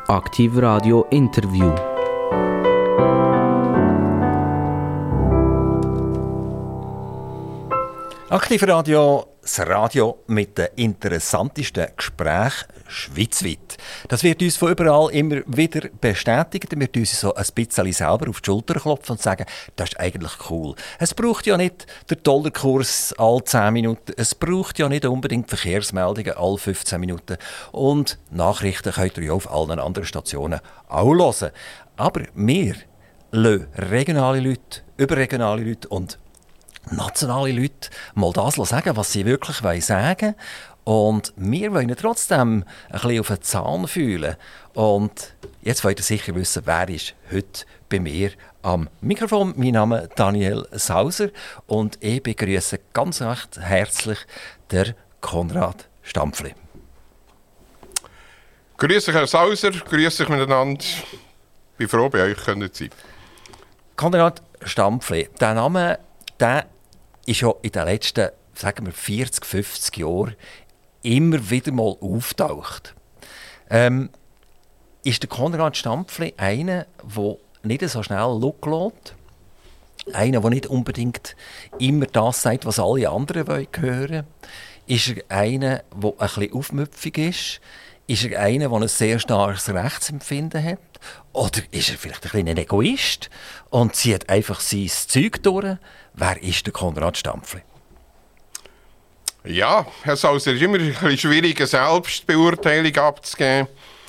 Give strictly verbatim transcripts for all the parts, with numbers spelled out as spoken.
Aktiv Radio Interview. Aktiv Radio, das Radio mit den interessantesten Gesprächen schweizweit. Das wird uns von überall immer wieder bestätigt. Wir klopfen uns so ein bisschen selber auf die Schulter klopfen und sagen, das ist eigentlich cool. Es braucht ja nicht den Dollarkurs alle zehn Minuten. Es braucht ja nicht unbedingt Verkehrsmeldungen alle fünfzehn Minuten. Und Nachrichten könnt ihr ja auf allen anderen Stationen auch hören. Aber wir lassen regionale Leute, überregionale Leute und nationale Leute mal das sagen, was sie wirklich sagen wollen. Und wir wollen trotzdem ein bisschen auf den Zahn fühlen. Und jetzt wollt ihr sicher wissen, wer ist heute bei mir am Mikrofon. Mein Name ist Daniel Sauser und ich begrüße ganz recht herzlich den Konrad Stampfli. Grüß dich, Herr Sauser, grüß dich miteinander. Ich bin froh, bei euch zu sein. Konrad Stampfli, der Name der ist ja in den letzten, sagen wir, vierzig, fünfzig Jahren immer wieder mal auftaucht. Ähm, ist der Konrad Stampfli einer, der nicht so schnell loslässt? Einer, der nicht unbedingt immer das sagt, was alle anderen hören wollen? Ist er einer, der ein bisschen aufmüpfig ist? Ist er einer, der ein sehr starkes Rechtsempfinden hat? Oder ist er vielleicht ein bisschen ein Egoist und zieht einfach sein Zeug durch? Wer ist der Konrad Stampfli? Ja, Herr Sauser, es ist immer ein bisschen schwierig, eine Selbstbeurteilung abzugeben.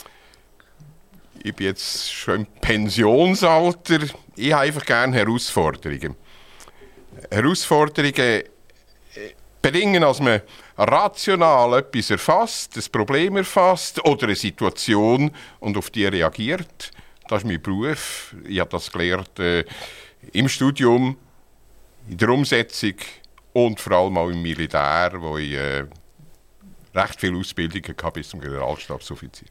Ich bin jetzt schon im Pensionsalter. Ich habe einfach gerne Herausforderungen. Herausforderungen bedingen, dass man rational etwas erfasst, ein Problem erfasst oder eine Situation und auf die reagiert. Das ist mein Beruf. Ich habe das gelernt äh, im Studium, in der Umsetzung und vor allem auch im Militär, wo ich äh, recht viel Ausbildung hatte bis zum Generalstabsoffizier.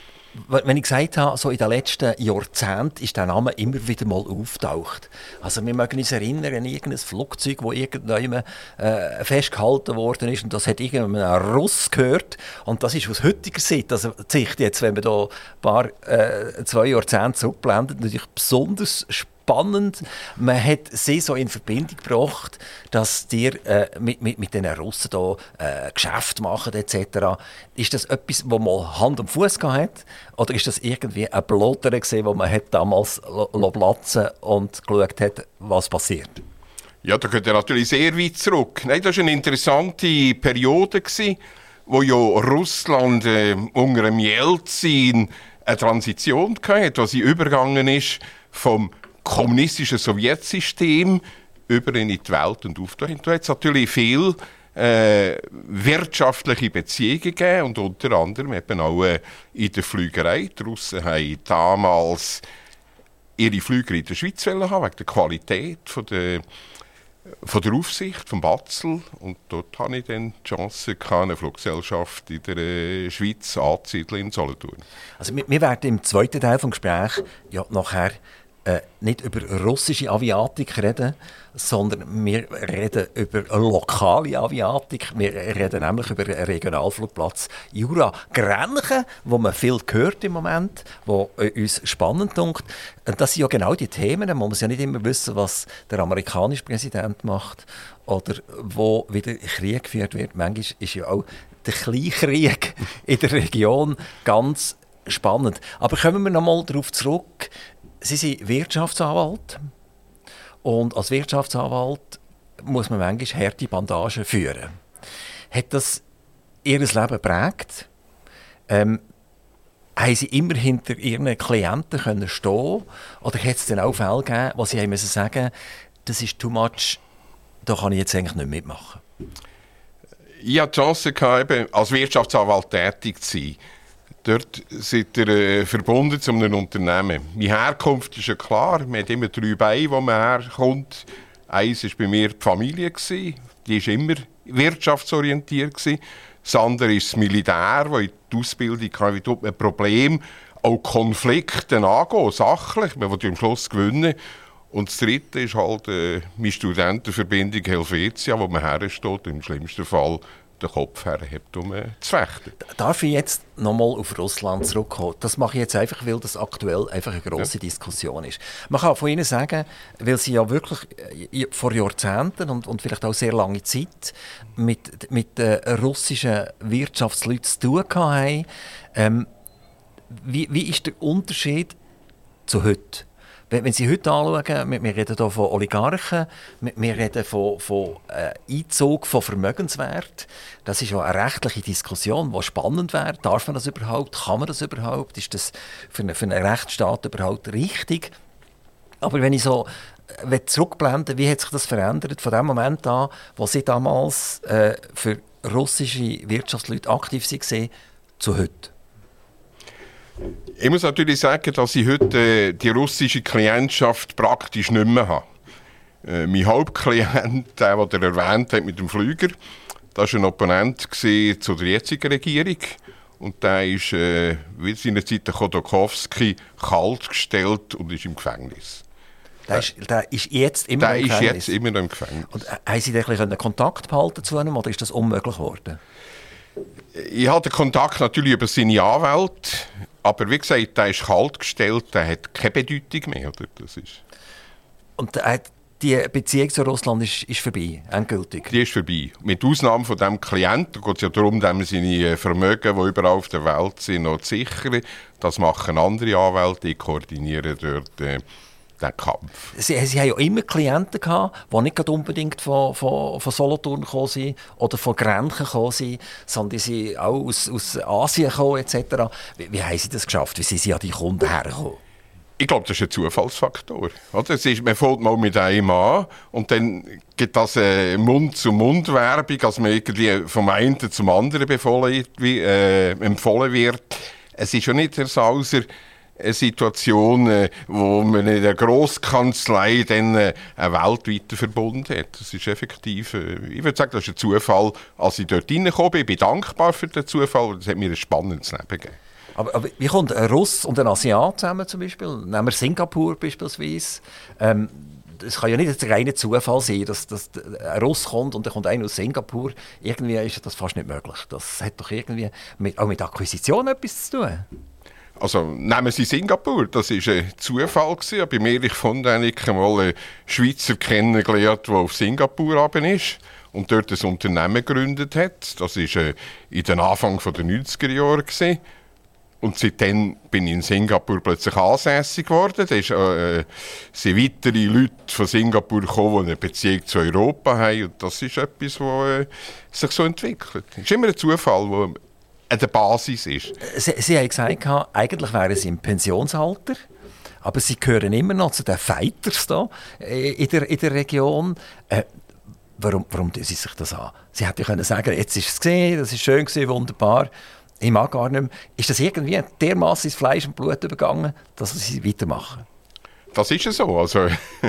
Wenn ich gesagt habe, so in den letzten Jahrzehnten ist der Name immer wieder mal auftaucht. Also wir mögen uns erinnern an irgendein Flugzeug, das irgendwann äh, festgehalten worden ist und das hat irgendein Russ gehört. Und das ist aus heutiger Sicht, also Sicht jetzt, wenn wir da ein paar, äh, zwei Jahrzehnte zurückblenden, natürlich besonders spannend. Spannend. Man hat sie so in Verbindung gebracht, dass die äh, mit, mit, mit den Russen hier äh, Geschäfte machen et cetera. Ist das etwas, wo man Hand und Fuß hat? Oder ist das irgendwie ein Blotter gewesen, wo man hat damals platzen und geschaut hat, was passiert? Ja, da geht er natürlich sehr weit zurück. Nein, das war eine interessante Periode, wo ja Russland äh, unter dem Jelzin eine Transition hatte, was übergegangen ist vom kommunistische Sowjetsystem über in die Welt und aufgetaucht. Da hat es natürlich viele äh, wirtschaftliche Beziehungen gegeben und unter anderem eben auch äh, in der Flügerei. Die Russen haben damals ihre Flüger in der Schweiz haben, wegen der Qualität von der, von der Aufsicht, vom Batzel. Und dort hatte ich dann die Chance, eine Fluggesellschaft in der äh, Schweiz anzusiedeln in Solothurn. Also wir, wir werden im zweiten Teil des Gesprächs ja nachher Äh, nicht über russische Aviatik reden, sondern wir reden über lokale Aviatik. Wir reden nämlich über einen Regionalflugplatz Jura-Grenchen, wo man viel hört im Moment, wo äh, uns spannend dunkt. Und das sind ja genau die Themen. Man muss ja nicht immer wissen, was der amerikanische Präsident macht oder wo wieder Krieg geführt wird. Manchmal ist ja auch der Kleinkrieg in der Region ganz spannend. Aber kommen wir noch mal darauf zurück. Sie sind Wirtschaftsanwalt und als Wirtschaftsanwalt muss man manchmal harte Bandagen führen. Hat das Ihr Leben geprägt? Ähm, haben Sie immer hinter Ihren Klienten können stehen? Oder hat es dann auch Fälle gegeben, wo Sie haben müssen sagen, das ist too much, da kann ich jetzt eigentlich nicht mitmachen? Ich hatte die Chance gehabt, als Wirtschaftsanwalt tätig zu sein. Dort seid ihr äh, verbunden zu einem Unternehmen. Meine Herkunft ist ja klar. Man hat immer drei Beine, wo man herkommt. Eins war bei mir die Familie. Die war immer wirtschaftsorientiert. Das andere ist das Militär, wo ich die Ausbildung hatte. Wie tut man Probleme, auch Konflikte angehen, sachlich. Man will am Schluss gewinnen. Und das dritte ist halt äh, meine Studentenverbindung Helvetia, wo man hersteht, im schlimmsten Fall den Kopf herhebt, um äh, zu fechten. Darf ich jetzt nochmal auf Russland zurückkommen? Das mache ich jetzt einfach, weil das aktuell einfach eine grosse ja. Diskussion ist. Man kann von Ihnen sagen, weil Sie ja wirklich vor Jahrzehnten und, und vielleicht auch sehr lange Zeit mit, mit den russischen Wirtschaftsleuten zu tun haben. Ähm, wie, wie ist der Unterschied zu heute? Wenn Sie heute anschauen, wir, wir reden hier von Oligarchen, wir, wir reden von, von äh, Einzug von Vermögenswert. Das ist ja eine rechtliche Diskussion, die spannend wäre. Darf man das überhaupt? Kann man das überhaupt? Ist das für einen, für einen Rechtsstaat überhaupt richtig? Aber wenn ich so äh, zurückblende, wie hat sich das verändert von dem Moment an, wo Sie damals äh, für russische Wirtschaftsleute aktiv waren, zu heute? Ich muss natürlich sagen, dass ich heute äh, die russische Klientschaft praktisch nicht mehr habe. Äh, mein Hauptklient, der, den er erwähnt hat mit dem Flüger, das war ein Opponent zu der jetzigen Regierung. Und der ist, äh, wie seinerzeit der Chodorkowski, kaltgestellt und ist im Gefängnis. Der ist, der ist jetzt immer der im Gefängnis? Der ist jetzt immer noch im Gefängnis. Und äh, haben Sie da Kontakt behalten zu ihm oder ist das unmöglich geworden? Ich hatte Kontakt natürlich über seine Anwälte, aber wie gesagt, der ist kaltgestellt, der hat keine Bedeutung mehr. Oder? Das ist Und äh, die Beziehung zu Russland ist, ist vorbei, endgültig? Die ist vorbei. Mit Ausnahme von diesem Klienten, da geht es ja darum, dem seine Vermögen, die überall auf der Welt sind, noch zu sichern. Das machen andere Anwälte, die koordinieren dort äh, den Kampf. Sie, Sie haben ja immer Klienten gehabt, die nicht unbedingt von, von, von Solothurn gekommen sind oder von Grenchen gekommen sind, sondern die sind auch aus, aus Asien gekommen et cetera. Wie, wie haben Sie das geschafft? Wie sind Sie an die Kunden hergekommen? Ich glaube, das ist ein Zufallsfaktor. Oder? Es ist, man fängt mal mit einem an und dann gibt das eine Mund-zu-Mund-Werbung, als man irgendwie vom einen zum anderen befohlen, äh, empfohlen wird. Es ist ja nicht, Herr Sauser, eine Situation, wo man in der Grosskanzlei dann einen weltweiten Verbund hat. Das ist effektiv, ich würde sagen, das ist ein Zufall. Als ich dort reingekommen bin, ich bin dankbar für den Zufall, das hat mir ein spannendes Leben gegeben. Aber, aber wie kommt ein Russ und ein Asiat zusammen zum Beispiel? Nehmen wir Singapur beispielsweise. Ähm, es kann ja nicht ein reiner Zufall sein, dass, dass ein Russ kommt und dann kommt einer aus Singapur. Irgendwie ist das fast nicht möglich. Das hat doch irgendwie mit, auch mit Akquisition etwas zu tun. Also nehmen Sie Singapur, das war ein Zufall gewesen. Bei mir, ich fand eigentlich mal einen Schweizer kennengelernt, der auf Singapur runter ist und dort ein Unternehmen gegründet hat. Das war äh, in den Anfang der neunziger Jahre gewesen. Und seitdem bin ich in Singapur plötzlich ansässig geworden. Da äh, sind weitere Leute von Singapur gekommen, die eine Beziehung zu Europa haben. Und das ist etwas, das äh, sich so entwickelt. Es ist immer ein Zufall, der an der Basis ist. Sie, Sie haben gesagt, eigentlich wären Sie im Pensionsalter, aber Sie gehören immer noch zu den Fighters hier in der, in der Region. Äh, warum, warum tun Sie sich das an? Sie hätten ja können sagen, jetzt ist es gesehen, das ist schön gewesen, wunderbar. Ich mag gar nicht mehr. Ist das irgendwie dermassen ins Fleisch und Blut übergegangen, dass Sie weitermachen? Das ist ja so. Also,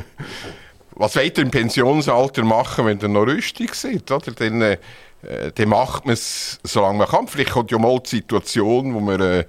was wollt ihr im Pensionsalter machen, wenn ihr noch rüstig seid? Oder? Dann, äh, dann macht man es, solange man kann. Vielleicht kommt ja mal die Situation, wo man äh,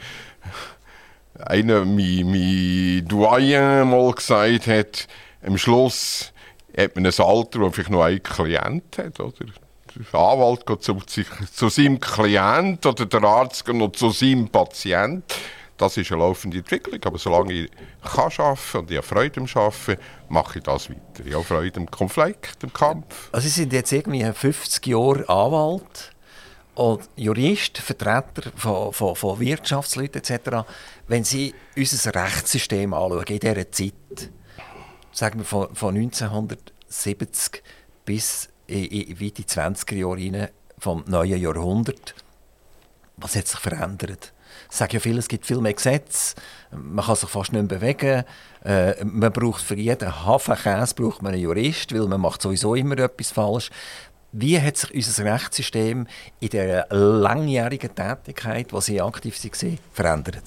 einer, mein, mein Doyen mal gesagt hat, am Schluss hat man ein Alter, wo vielleicht noch einen Klient hat. Oder? Der Anwalt geht zu, zu seinem Klient oder der Arzt geht noch zu seinem Patient. Das ist eine laufende Entwicklung. Aber solange ich kann arbeiten und ich habe Freude am Arbeiten, mache ich das weiter. Ich habe Freude am Konflikt, am Kampf. Also Sie sind jetzt irgendwie fünfzig Jahre Anwalt und Jurist, Vertreter von, von, von Wirtschaftsleuten et cetera. Wenn Sie unser Rechtssystem anschauen, in dieser Zeit, sagen wir von, von neunzehnhundertsiebzig bis in, in weit die zwanziger Jahre rein, vom neuen Jahrhundert, was hat sich verändert? Ich sage ja viel, es gibt viel mehr Gesetze, man kann sich fast nicht mehr bewegen, äh, man braucht für jeden Hafenkäse braucht man einen Jurist, weil man macht sowieso immer etwas falsch. Wie hat sich unser Rechtssystem in dieser langjährigen Tätigkeit, wo Sie aktiv waren, verändert?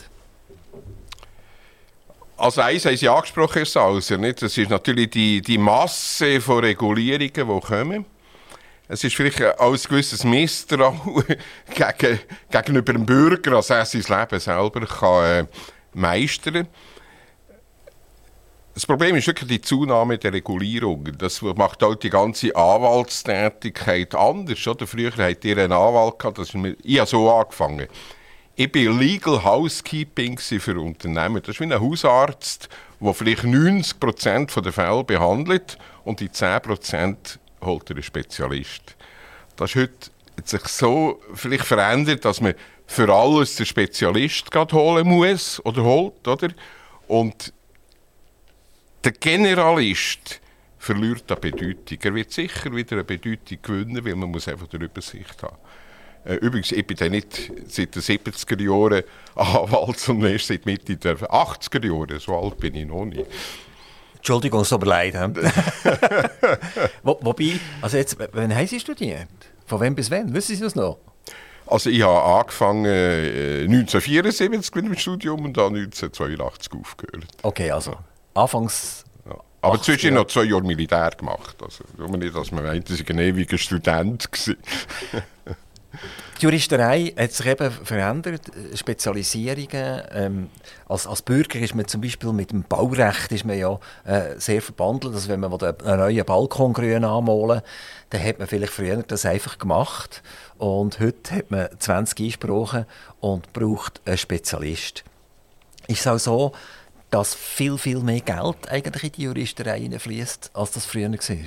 Also eins haben Sie angesprochen, Herr Sauser, nicht? Das ist natürlich die, die Masse von Regulierungen, die kommen. Es ist vielleicht auch ein gewisses Misstrauen gegen, gegenüber dem Bürger, als er sein Leben selber kann, äh, meistern kann. Das Problem ist wirklich die Zunahme der Regulierung. Das macht auch die ganze Anwaltstätigkeit anders. Oder? Früher hattet ihr einen Anwalt gehabt, das ist mir, ich habe so angefangen. Ich bin Legal Housekeeping für Unternehmen. Das ist wie ein Hausarzt, der vielleicht neunzig Prozent der Fälle behandelt und die zehn Prozent holt er einen Spezialist. Das ist heute hat sich so vielleicht verändert, dass man für alles den Spezialist holen muss oder holt. Oder? Und der Generalist verliert an Bedeutung. Er wird sicher wieder eine Bedeutung gewinnen, weil man muss einfach eine Übersicht haben. Äh, übrigens, ich bin dann nicht seit den siebziger Jahren Anwalt, sondern erst seit Mitte der achtziger Jahre. So alt bin ich noch nicht. Entschuldigung, es tut mir leid. Wo, wobei, also jetzt, wann haben Sie studiert? Von wann bis wann? Wissen Sie das noch? Also ich habe angefangen äh, neunzehnhundertvierundsiebzig mit dem Studium und dann neunzehnhundertzweiundachtzig aufgehört. Okay, also anfangs... Ja. Aber zwischen noch zwei Jahre Militär gemacht. Also nicht, dass man meint, dass ich ein ewiger Student war. Die Juristerei hat sich eben verändert, Spezialisierungen. Ähm, als, als Bürger ist man zum Beispiel mit dem Baurecht ist man ja äh, sehr verbandelt. Also wenn man einen neuen Balkon grün anmalen will, dann hat man vielleicht früher das einfach gemacht. Und heute hat man zwanzig Einsprachen und braucht einen Spezialist. Ist es auch so, dass viel, viel mehr Geld eigentlich in die Juristerei hineinfließt, als das früher war?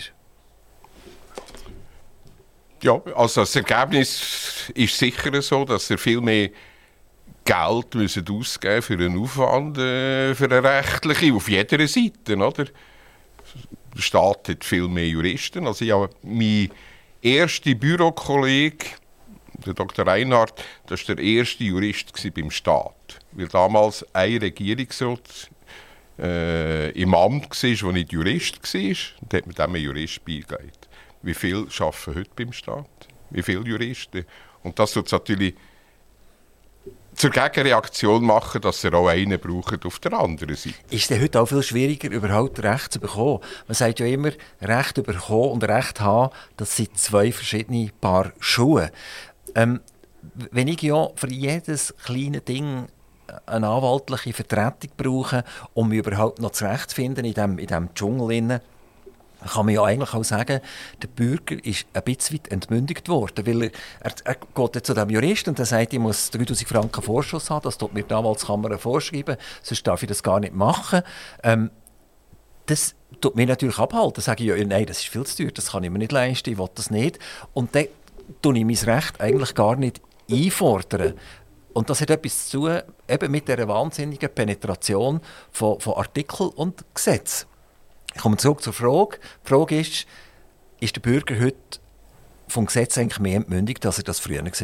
Ja, also das Ergebnis ist sicher so, dass ihr viel mehr Geld müssen ausgeben für einen Aufwand, äh, für eine rechtliche, auf jeder Seite. Oder? Der Staat hat viel mehr Juristen. Also ich habe mein erster Bürokollege, der Doktor Reinhardt, das war der erste Jurist beim Staat. Weil damals ein Regierungsrat äh, im Amt war, der nicht Jurist war. Und hat mit dem einen Jurist beigelegt. Wie viele arbeiten heute beim Staat? Wie viele Juristen? Und das tut es natürlich zur Gegenreaktion machen, dass er auch einen braucht auf der anderen Seite. Ist es denn heute auch viel schwieriger, überhaupt Recht zu bekommen? Man sagt ja immer, Recht bekommen und Recht haben, das sind zwei verschiedene Paar Schuhe. Ähm, wenn ich ja für jedes kleine Ding eine anwaltliche Vertretung brauche, um mich überhaupt noch zurechtzufinden in diesem in diesem Dschungel, kann man ja eigentlich auch sagen, der Bürger ist ein bisschen weit entmündigt worden, weil er, er, er geht jetzt zu dem Juristen und der sagt, ich muss dreitausend Franken Vorschuss haben, das tut mir die Anwaltskammer vorschreiben, sonst darf ich das gar nicht machen. Ähm, das tut mich natürlich abhalten. Dann sage ich, ja, nein, das ist viel zu teuer, das kann ich mir nicht leisten, ich will das nicht. Und dann tue ich mein Recht eigentlich gar nicht einfordern. Und das hat etwas zu tun eben mit dieser wahnsinnigen Penetration von, von Artikeln und Gesetzen. Ich komme zurück zur Frage. Die Frage ist, ist der Bürger heute vom Gesetz eigentlich mehr entmündigt, als er das früher war?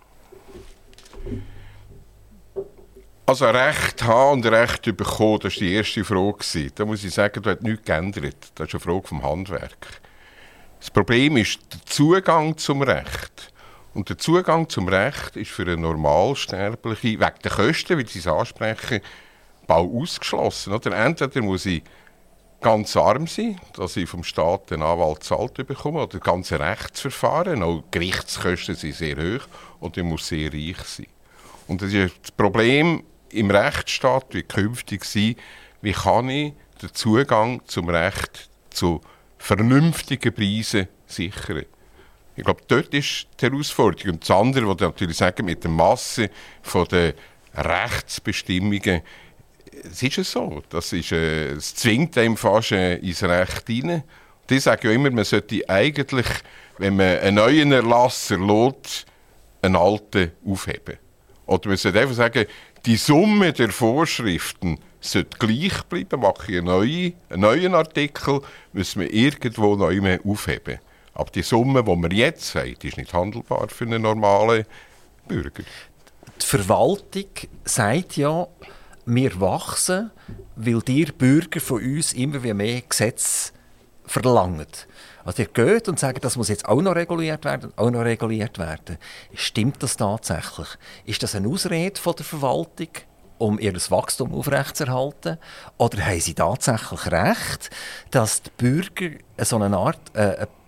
Also Recht haben und Recht bekommen, das war die erste Frage. Da muss ich sagen, da hat nichts geändert. Das ist eine Frage vom Handwerk. Das Problem ist der Zugang zum Recht. Und der Zugang zum Recht ist für einen Normalsterblichen, wegen der Kosten, wie Sie es ansprechen, bald ausgeschlossen. Oder? Entweder muss ich ganz arm sein, dass ich vom Staat einen Anwalt zahlt bekomme, oder ganze Rechtsverfahren, auch Gerichtskosten sind sehr hoch, und ich muss sehr reich sein. Und das ist das Problem im Rechtsstaat wird künftig sein, wie kann ich den Zugang zum Recht zu vernünftigen Preisen sichern. Ich glaube, dort ist die Herausforderung. Und das andere, was ich natürlich sagen, mit der Masse der Rechtsbestimmungen, es ist ja so, das ist, äh, es zwingt einem fast äh, ins Recht hinein. Die sagen ja immer, man sollte eigentlich, wenn man einen neuen Erlass erlässt, einen alten aufheben. Oder man sollte einfach sagen, die Summe der Vorschriften sollte gleich bleiben, mache ich einen neuen, einen neuen Artikel, müssen wir irgendwo neu mehr aufheben. Aber die Summe, die wir jetzt haben, ist nicht handelbar für einen normalen Bürger. Die Verwaltung sagt ja, wir wachsen, weil die Bürger von uns immer mehr Gesetze verlangen. Also ihr geht und sagt, das muss jetzt auch noch reguliert werden, auch noch reguliert werden. Stimmt das tatsächlich? Ist das eine Ausrede von der Verwaltung, um ihr Wachstum aufrechtzuerhalten? Oder haben sie tatsächlich recht, dass die Bürger so eine Art äh, eine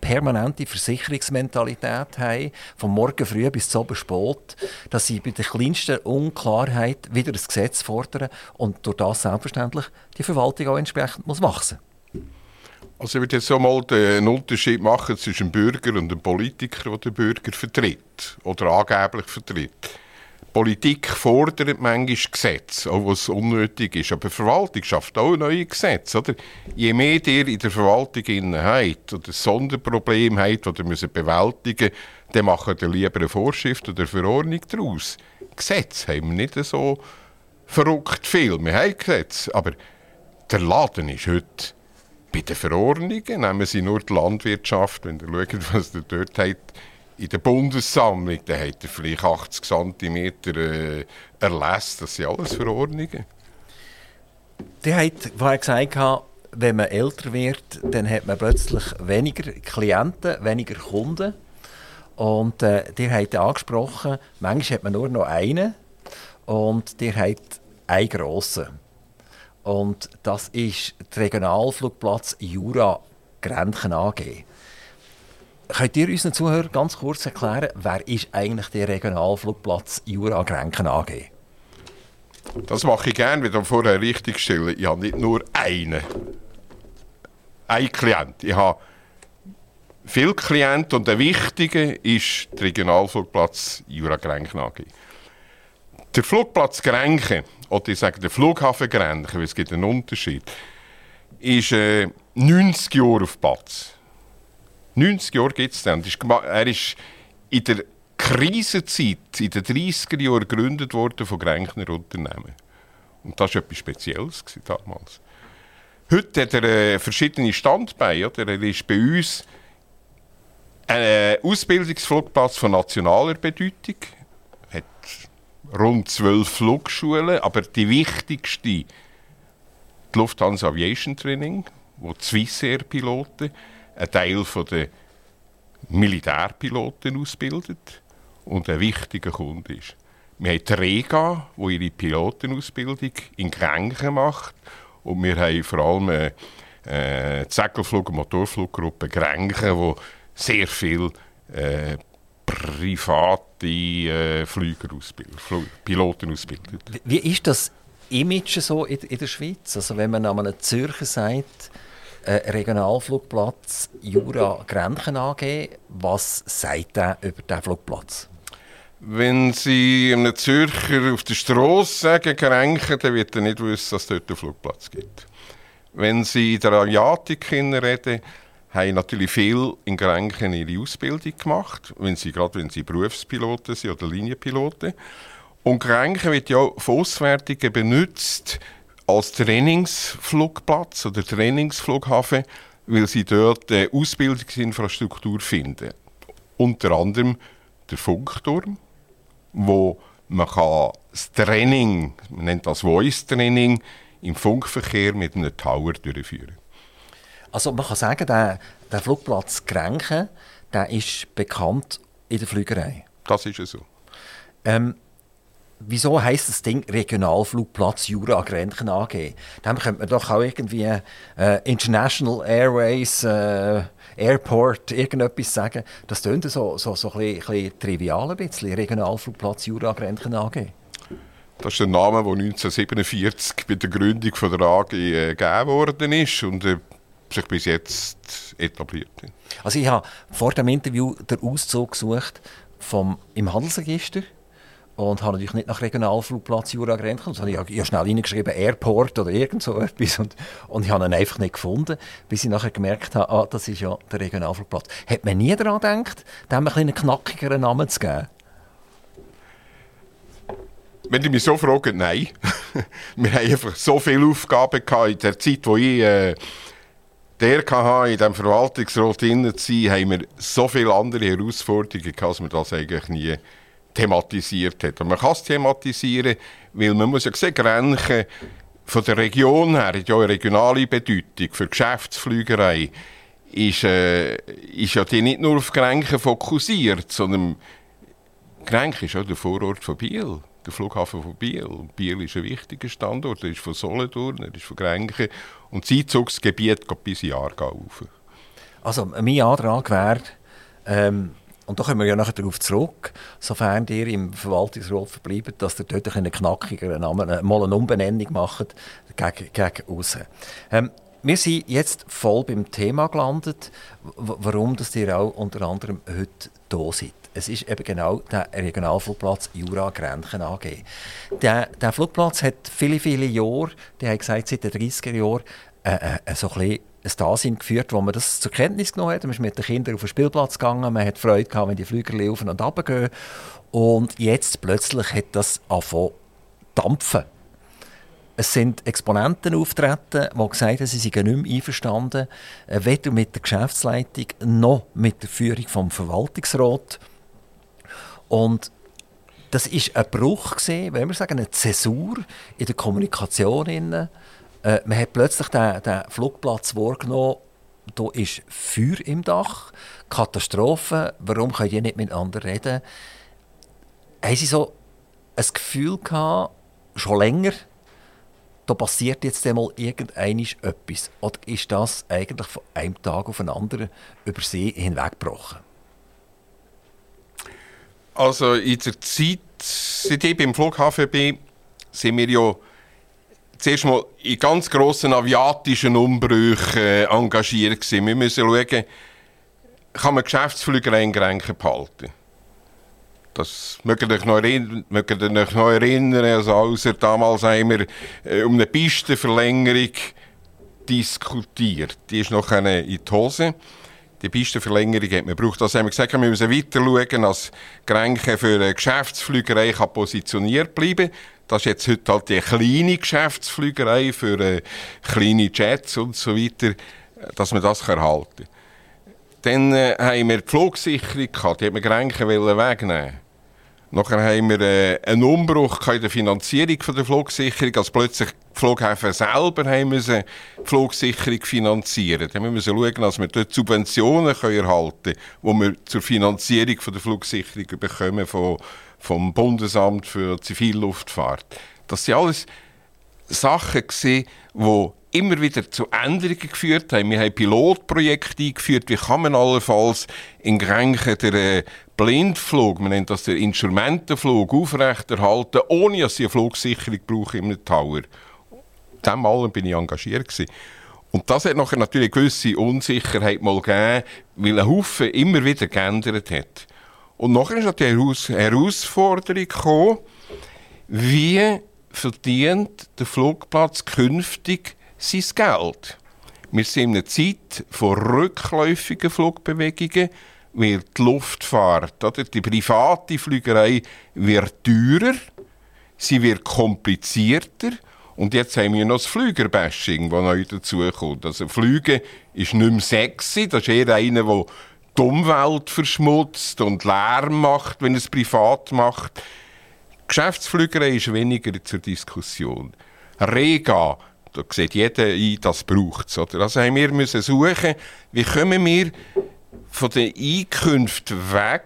permanente Versicherungsmentalität haben, vom Morgen früh bis zum Abend spät, dass sie bei der kleinsten Unklarheit wieder ein Gesetz fordern und durch das selbstverständlich die Verwaltung auch entsprechend muss wachsen. Also ich würde jetzt so mal den Unterschied machen zwischen einem Bürger und einem Politiker, der den Bürger vertritt oder angeblich vertritt. Politik fordert manchmal Gesetze, auch was unnötig ist. Aber die Verwaltung schafft auch neue Gesetze. Oder? Je mehr ihr in der Verwaltung habt oder ein Sonderproblem habt, das ihr bewältigen müsst, dann macht ihr lieber eine Vorschrift oder eine Verordnung daraus. Gesetze haben wir nicht so verrückt viel. Wir haben Gesetze, aber der Laden ist heute bei den Verordnungen. Nehmen Sie nur die Landwirtschaft, wenn ihr schaut, was ihr dort habt. In der Bundessammlung, da hat er vielleicht achtzig Zentimeter äh, erlassen. Das sind alles Verordnungen. Der hat vorher gesagt, wenn man älter wird, dann hat man plötzlich weniger Klienten, weniger Kunden. Und äh, der hat angesprochen, manchmal hat man nur noch einen und der hat einen grossen. Und das ist der Regionalflugplatz Jura Grenchen A G. Könnt ihr unseren Zuhörern ganz kurz erklären, wer ist eigentlich der Regionalflugplatz Jura Grenchen A G? Das mache ich gerne, wie ich vorher richtig stelle. Ich habe nicht nur einen. Ein Klient. Ich habe viele Klienten und der wichtige ist der Regionalflugplatz Jura Grenchen A G. Der Flugplatz Grenchen, oder ich sage der Flughafen Grenchen, weil es gibt einen Unterschied, ist äh, neunzig Jahre auf Platz. neunzig Jahre gibt es dann. Er ist in der Krisenzeit, in den dreißiger Jahren gegründet worden von Grenchner Unternehmen. Und das war etwas Spezielles damals. Heute hat er äh, verschiedene Standbeine. Oder? Er ist bei uns ein äh, Ausbildungsflugplatz von nationaler Bedeutung. Er hat rund zwölf Flugschulen, aber die wichtigste, die Lufthansa Aviation Training, wo die Swissair-Piloten ein Teil der Militärpiloten ausbildet und ein wichtiger Kunde ist. Wir haben die Rega, die ihre Pilotenausbildung in Grenchen macht. Und wir haben vor allem äh, die Segelflug- und Motorfluggruppe Grenchen, die sehr viele äh, private äh, Flüger ausbildet, Fl- Piloten ausbildet. Wie ist das Image so in, in der Schweiz? Also wenn man an einem Zürcher sagt, äh, Regionalflugplatz Jura Grenchen A G, was sagt er über diesen Flugplatz? Wenn Sie einem Zürcher auf der Strasse sagen, Grenchen, dann wird er nicht wissen, dass es dort einen Flugplatz gibt. Wenn Sie in der Adriatik reden, haben natürlich viele in Grenchen ihre Ausbildung gemacht, wenn sie, gerade wenn sie Berufspiloten sind oder Linienpiloten. Und Grenchen wird ja von Auswärtigen benutzt als Trainingsflugplatz oder Trainingsflughafen, weil sie dort eine Ausbildungsinfrastruktur finden. Unter anderem der Funkturm, wo man kann das Training, man nennt das Voice-Training, im Funkverkehr mit einem Tower durchführen. Also man kann sagen, der, der Flugplatz Grenchen, der ist bekannt in der Flügerei. Das ist es so. Ähm, wieso heisst das Ding Regionalflugplatz Jura Grenchen A G? Dann könnte man doch auch irgendwie äh, International Airways, äh, Airport, irgendetwas sagen. Das tönt so, so, so ein bisschen, ein bisschen trivial, ein bisschen. Regionalflugplatz Jura Grenchen A G. Das ist der Name, der neunzehnhundertsiebenundvierzig bei der Gründung von der A G äh, gegeben worden ist und äh, sich bis jetzt etabliert hat. Also ich habe vor dem Interview den Auszug gesucht vom, im Handelsregister und habe natürlich nicht nach Regionalflugplatz Jura Grenchen, sondern ich habe, ich habe schnell reingeschrieben Airport oder irgend so etwas und, und ich habe ihn einfach nicht gefunden, bis ich nachher gemerkt habe, ah, das ist ja der Regionalflugplatz. Hat man nie daran gedacht, dem ein einen knackigeren Namen zu geben? Wenn Sie mich so fragen, nein. Wir haben einfach so viele Aufgaben gehabt in der Zeit, wo ich äh, der R K H in diesem Verwaltungsrat drin war, haben wir so viele andere Herausforderungen gehabt, dass man das eigentlich nie thematisiert hat. Und man kann es thematisieren, weil man muss ja sehen, Grenchen von der Region her hat ja eine regionale Bedeutung für Geschäftsflügerei. Ist, äh, ist ja die nicht nur auf Grenchen fokussiert, sondern Grenchen ist auch der Vorort von Biel. Der Flughafen von Biel. Und Biel ist ein wichtiger Standort. Er ist von Solothurn, er ist von Grenchen. Und das Einzugsgebiet geht bis in Aargau rauf. Also mein Antrag wäre, ähm, und da kommen wir ja nachher darauf zurück, sofern ihr im Verwaltungsrat verbleibt, dass ihr dort einen knackigeren Namen, äh, mal eine Umbenennung macht, gegen, gegen aussen. Ähm, wir sind jetzt voll beim Thema gelandet, w- warum dass ihr auch unter anderem heute hier seid. Es ist eben genau der Regionalflugplatz Jura-Grenchen A G. Der, der Flugplatz hat viele, viele Jahre, die haben gesagt, seit den dreißiger Jahren, äh, äh, so ein bisschen ein Dasein geführt, wo man das zur Kenntnis genommen hat. Man ist mit den Kindern auf den Spielplatz gegangen, man hat Freude gehabt, wenn die Flüger auf und ab gehen. Und jetzt plötzlich hat das angefangen zu dampfen. Es sind Exponenten auftreten, die gesagt haben, sie seien nicht mehr einverstanden, weder mit der Geschäftsleitung noch mit der Führung des Verwaltungsrats. Und das war ein Bruch, wenn wir sagen, eine Zäsur in der Kommunikation. Äh, man hat plötzlich den, den Flugplatz wahrgenommen, da ist Feuer im Dach, Katastrophe, warum können die nicht miteinander reden? Haben Sie so ein Gefühl gehabt, schon länger, da passiert jetzt einmal irgendeines etwas? Oder ist das eigentlich von einem Tag auf den anderen über See hinweggebrochen? Also in der Zeit, seit ich beim Flughafen bin, sind wir ja zuerst mal in ganz grossen aviatischen Umbrüchen äh, engagiert gewesen. Wir müssen schauen, kann man Geschäftsflügerei in Grenchen behalten. Das mögt ihr euch noch erinnern. Mögt ihr euch noch erinnern also außer damals haben wir äh, um eine Pistenverlängerung diskutiert. Die ist noch eine in die Hose. Die Pistenverlängerung hat man gebraucht. Das haben wir gesagt, wir müssen weiter schauen, dass Grenchen für eine Geschäftsflügerei kann positioniert bleiben kann. Das ist jetzt heute halt die kleine Geschäftsflügerei für äh, kleine Jets und so weiter, dass man das erhalten kann. Dann äh, haben wir die Flugsicherung gehabt, die hat man Grenchen wegnehmen. Nachher haben wir äh, einen Umbruch in der Finanzierung von der Flugsicherung, als plötzlich die Flughäfen selber haben müssen die Flugsicherung finanzieren. Dann müssen wir schauen, dass wir dort Subventionen erhalten können, die wir zur Finanzierung von der Flugsicherung bekommen von, vom Bundesamt für Zivilluftfahrt. Das sind alles Sachen gewesen, die immer wieder zu Änderungen geführt haben. Wir haben Pilotprojekte eingeführt, wie kann man allenfalls in Grenchen den äh, Blindflug, man nennt das den Instrumentenflug, aufrechterhalten, ohne dass sie eine Flugsicherung brauchen im Tower. In dem allem bin ich engagiert gewesen. Und das hat nachher natürlich eine gewisse Unsicherheit mal gegeben, weil ein Haufen immer wieder geändert hat. Und nachher ist natürlich die Herausforderung gekommen, wie verdient der Flugplatz künftig sein Geld. Wir sind in einer Zeit von rückläufigen Flugbewegungen, weil die Luftfahrt, oder die private Flügerei wird teurer, sie wird komplizierter und jetzt haben wir noch das Flügerbashing, das neu dazukommt. Also Fliegen ist nicht mehr sexy, das ist eher einer, der die Umwelt verschmutzt und Lärm macht, wenn er es privat macht. Geschäftsflügerei ist weniger zur Diskussion. Rega, da sieht jeder ein, das braucht es. Also haben wir müssen suchen, wie kommen wir von den Einkünften weg,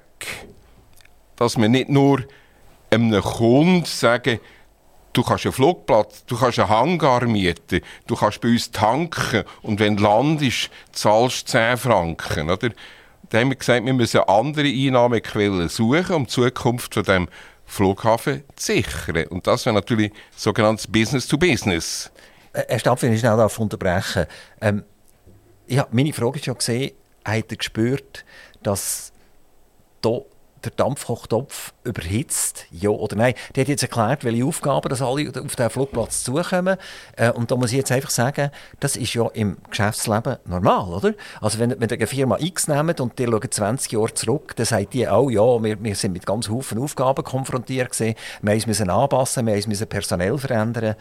dass wir nicht nur einem Kunden sagen, du kannst einen Flugplatz, du kannst einen Hangar mieten, du kannst bei uns tanken und wenn du landest, zahlst du zehn Franken. Oder? Da haben wir gesagt, wir müssen andere Einnahmequellen suchen, um die Zukunft von dem Flughafen zu sichern. Und das wäre natürlich sogenanntes Business to Business. Herr Stapp, wenn ich schnell unterbrechen darf. Ähm, ja, meine Frage ist ja gesehen, habt ihr gespürt, dass hier der Dampfkochtopf überhitzt? Ja oder nein? Die hat jetzt erklärt, welche Aufgaben dass alle auf diesen Flugplatz zukommen. Äh, und da muss ich jetzt einfach sagen, das ist ja im Geschäftsleben normal, oder? Also wenn, wenn ihr eine Firma X nehmt und die schauen zwanzig Jahre zurück, dann sagt die auch, ja, wir, wir sind mit ganz Haufen Aufgaben konfrontiert gewesen. Wir müssen anpassen, wir müssen personell verändern.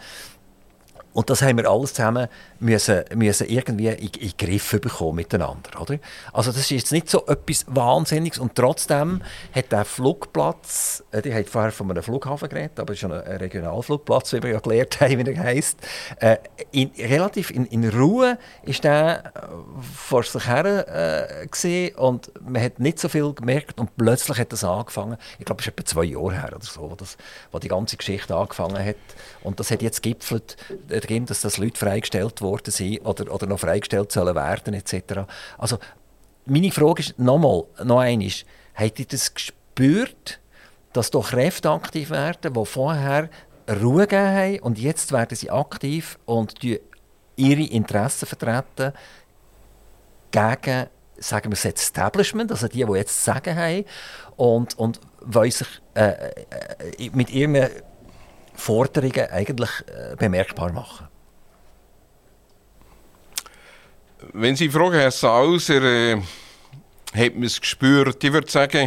Und das haben wir alles zusammen müssen, müssen irgendwie in, in den Griff bekommen miteinander. Oder? Also das ist jetzt nicht so etwas Wahnsinniges. Und trotzdem hat der Flugplatz, äh, die hat vorher von einem Flughafen geredet, aber es ist schon ein, ein Regionalflugplatz, wie wir ja gelernt haben, wie er heisst. Äh, in, relativ in, in Ruhe ist der äh, vor sich her äh, gesehen und man hat nicht so viel gemerkt und plötzlich hat das angefangen. Ich glaube, es ist etwa zwei Jahre her oder so, wo, das, wo die ganze Geschichte angefangen hat. Und das hat jetzt gipfelt darin, dass das Leute freigestellt worden sind oder, oder noch freigestellt sollen werden et cetera. Also meine Frage ist nochmal, noch einmal, habt ihr das gespürt, dass doch Kräfte aktiv werden, die vorher Ruhe gegeben haben und jetzt werden sie aktiv und ihre Interessen vertreten gegen, sagen wir das Establishment, also die, die jetzt zu sagen haben und, und wollen sich äh, äh, mit ihren Forderungen eigentlich äh, bemerkbar machen? Wenn Sie fragen, Herr Sauser, äh, hat man es gespürt? Ich würde sagen,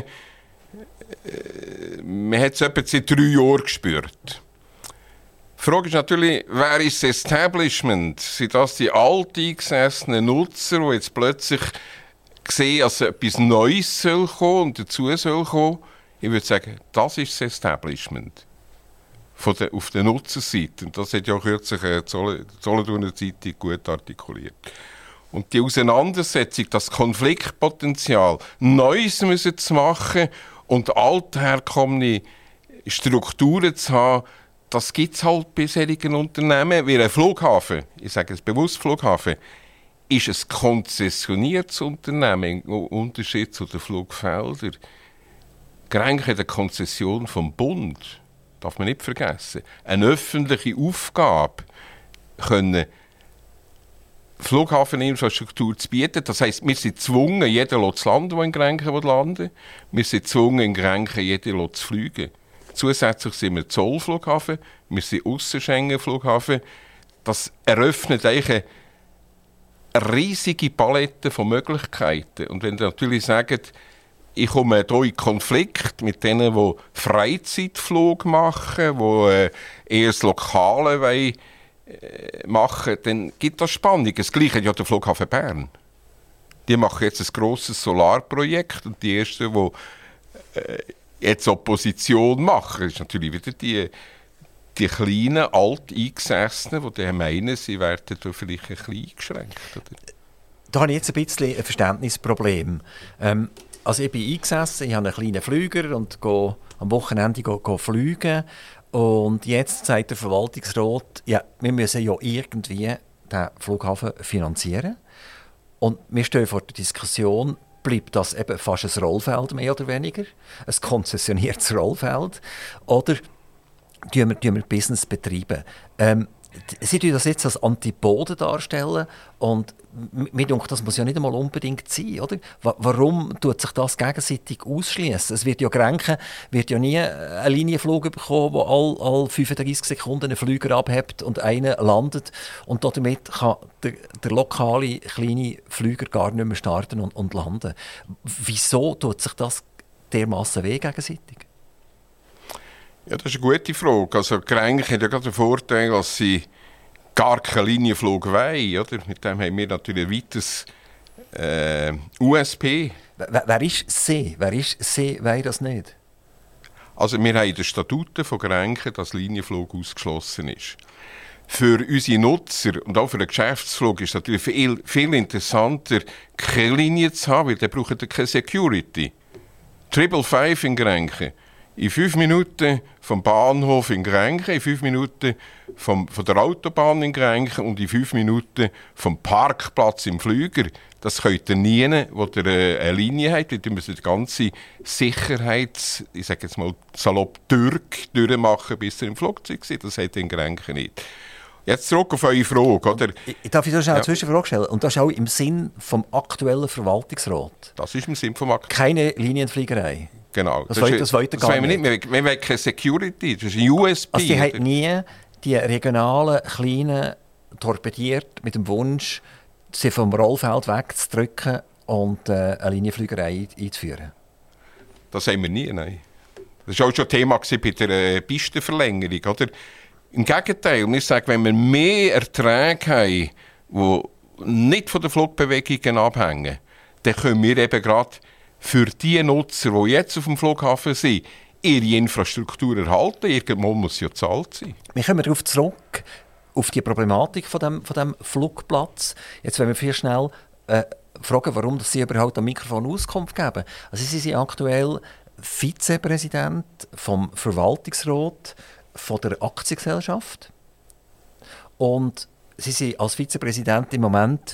äh, man hat es etwa seit drei Jahren gespürt. Die Frage ist natürlich, wer ist das Establishment? Sind das die alteingesessenen Nutzer, die jetzt plötzlich sehen, dass etwas Neues soll kommen und dazu soll kommen? Ich würde sagen, das ist das Establishment von der, auf der Nutzerseite. Und das hat ja kürzlich die Solothurner Zeitung gut artikuliert. Und die Auseinandersetzung, das Konfliktpotenzial, Neues müssen zu machen und altherkommene Strukturen zu haben, das gibt es halt bei solchen Unternehmen. Wie ein Flughafen, ich sage es bewusst Flughafen, ist ein konzessioniertes Unternehmen im Unterschied zu den Flugfeldern. Grenke eine Konzession vom Bund, darf man nicht vergessen. Eine öffentliche Aufgabe können Flughafeninfrastruktur zu bieten. Das heisst, wir sind gezwungen, jeden zu landen, der in Grenken landen will. Wir sind gezwungen, in Grenken jeden zu fliegen. Zusätzlich sind wir Zollflughafen, wir sind Aussenschengen-Flughafen. Das eröffnet eigentlich eine riesige Palette von Möglichkeiten. Und wenn Sie natürlich sagen, ich komme hier in Konflikt mit denen, die Freizeitflug machen, die äh, eher das Lokale wollen, äh, machen, dann gibt das Spannung. Das Gleiche hat ja der Flughafen Bern. Die machen jetzt ein grosses Solarprojekt und die Ersten, die äh, jetzt Opposition machen, ist natürlich wieder die, die kleinen, alteingesessenen, die meinen, sie werden da vielleicht ein bisschen eingeschränkt. Oder? Da habe ich jetzt ein bisschen ein Verständnisproblem. Ähm, also ich bin eingesessen, ich habe einen kleinen Flüger und gehe am Wochenende gehe, gehe fliegen. Und jetzt sagt der Verwaltungsrat, ja, wir müssen ja irgendwie den Flughafen finanzieren. Und wir stehen vor der Diskussion, bleibt das eben fast ein Rollfeld, mehr oder weniger, ein konzessioniertes Rollfeld, oder tun wir, tun wir Business betreiben? Ähm, Sie tun das jetzt als Antipode darstellen und mir denke, das muss ja nicht einmal unbedingt sein, oder? Warum tut sich das gegenseitig ausschließen? Es wird ja Grenken, wird ja nie ein Linienflug bekommen, wo all, all fünfunddreißig Sekunden ein Flüger abhebt und einer landet und damit kann der, der lokale kleine Flüger gar nicht mehr starten und, und landen. Wieso tut sich das dermassen weh gegenseitig? Ja, das ist eine gute Frage. Also Grenken haben ja gerade den Vorteil, dass sie gar keinen Linienflug wollen. Oder? Mit dem haben wir natürlich ein weiteres äh, U S P. Wer, wer ist sie? Wer ist sie, weil das nicht? Also wir haben in den Statuten von Grenken, dass Linienflug ausgeschlossen ist. Für unsere Nutzer und auch für den Geschäftsflug ist es natürlich viel, viel interessanter, keine Linie zu haben, weil dann braucht ihr keine Security. Triple Five in Grenken. In fünf Minuten vom Bahnhof in Grenken, in fünf Minuten vom, von der Autobahn in Grenken und in fünf Minuten vom Parkplatz im Flüger. Das könnt ihr nie, wo ihr eine Linie habt, weil ihr müsst die ganze Sicherheits-, ich sage jetzt mal salopp Türk durchmachen, bis ihr im Flugzeug seid. Das habt ihr in Grenken nicht. Jetzt zurück auf eure Frage, oder? Ich darf ich da schnell eine ja. Zwischenfrage stellen? Und das ist auch im Sinn vom aktuellen Verwaltungsrat. Das ist im Sinn vom aktuellen. Keine Linienfliegerei. Genau. Das, das, wollt, das wollt ihr gar das nicht. Wir, nicht. wir wollen keine Security, das ist ein U S P. Also die haben nie die regionalen, kleinen torpediert mit dem Wunsch, sie vom Rollfeld wegzudrücken und äh, eine Linienfliegerei einzuführen? Das haben wir nie, nein. Das war auch schon Thema bei der äh, Pistenverlängerung, oder? Im Gegenteil, wir sagen, wenn wir mehr Erträge haben, die nicht von den Flugbewegungen abhängen, dann können wir eben gerade für die Nutzer, die jetzt auf dem Flughafen sind, ihre Infrastruktur erhalten. Irgendwann muss ja gezahlt sein. Wir kommen darauf zurück, auf die Problematik von dem, von dem Flugplatz. Jetzt wollen wir viel schnell äh, fragen, warum Sie überhaupt am Mikrofon Auskunft geben. Also Sie sind aktuell Vizepräsident vom Verwaltungsrat von der Aktiengesellschaft. Und Sie sind als Vizepräsident im Moment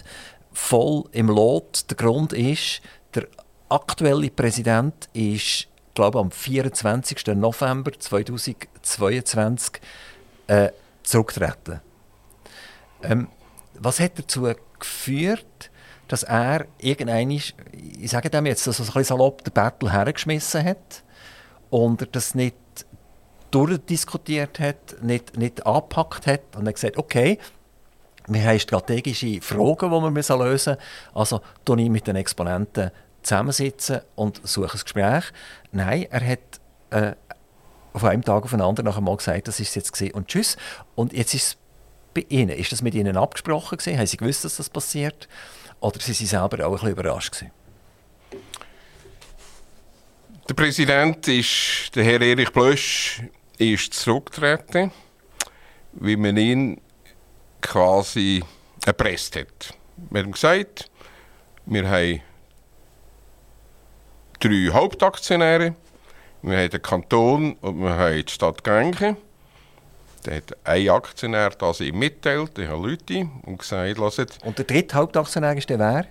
voll im Lot. Der Grund ist, der aktuelle Präsident ist, glaube ich, am vierundzwanzigsten November zweitausendzweiundzwanzig äh, zurückgetreten. Ähm, was hat dazu geführt, dass er irgendwann, ich sage dem jetzt, dass er so ein bisschen salopp den Battle hergeschmissen hat und er das nicht durchdiskutiert hat, nicht, nicht angepackt hat und hat gesagt, okay, wir haben strategische Fragen, die wir lösen müssen, also tue ich mit den Exponenten zusammensitzen und suche ein Gespräch. Nein, er hat äh, von einem Tag auf den anderen noch einmal gesagt, das ist es jetzt gewesen und tschüss. Und jetzt ist es bei Ihnen. Ist das mit Ihnen abgesprochen gewesen? Haben Sie gewusst, dass das passiert? Oder sind Sie selber auch ein bisschen überrascht gewesen? Der Präsident, ist, der Herr Erich Plösch, ist zurückgetreten, wie man ihn quasi erpresst hat. Wir haben gesagt, wir haben drei Hauptaktionäre, wir haben den Kanton und wir haben die Stadt Grenchen. Da hat ein Aktionär das ihm mitteilt, der Herr Lüthi, und gesagt, lasst. Und der dritte Hauptaktionär ist der wer?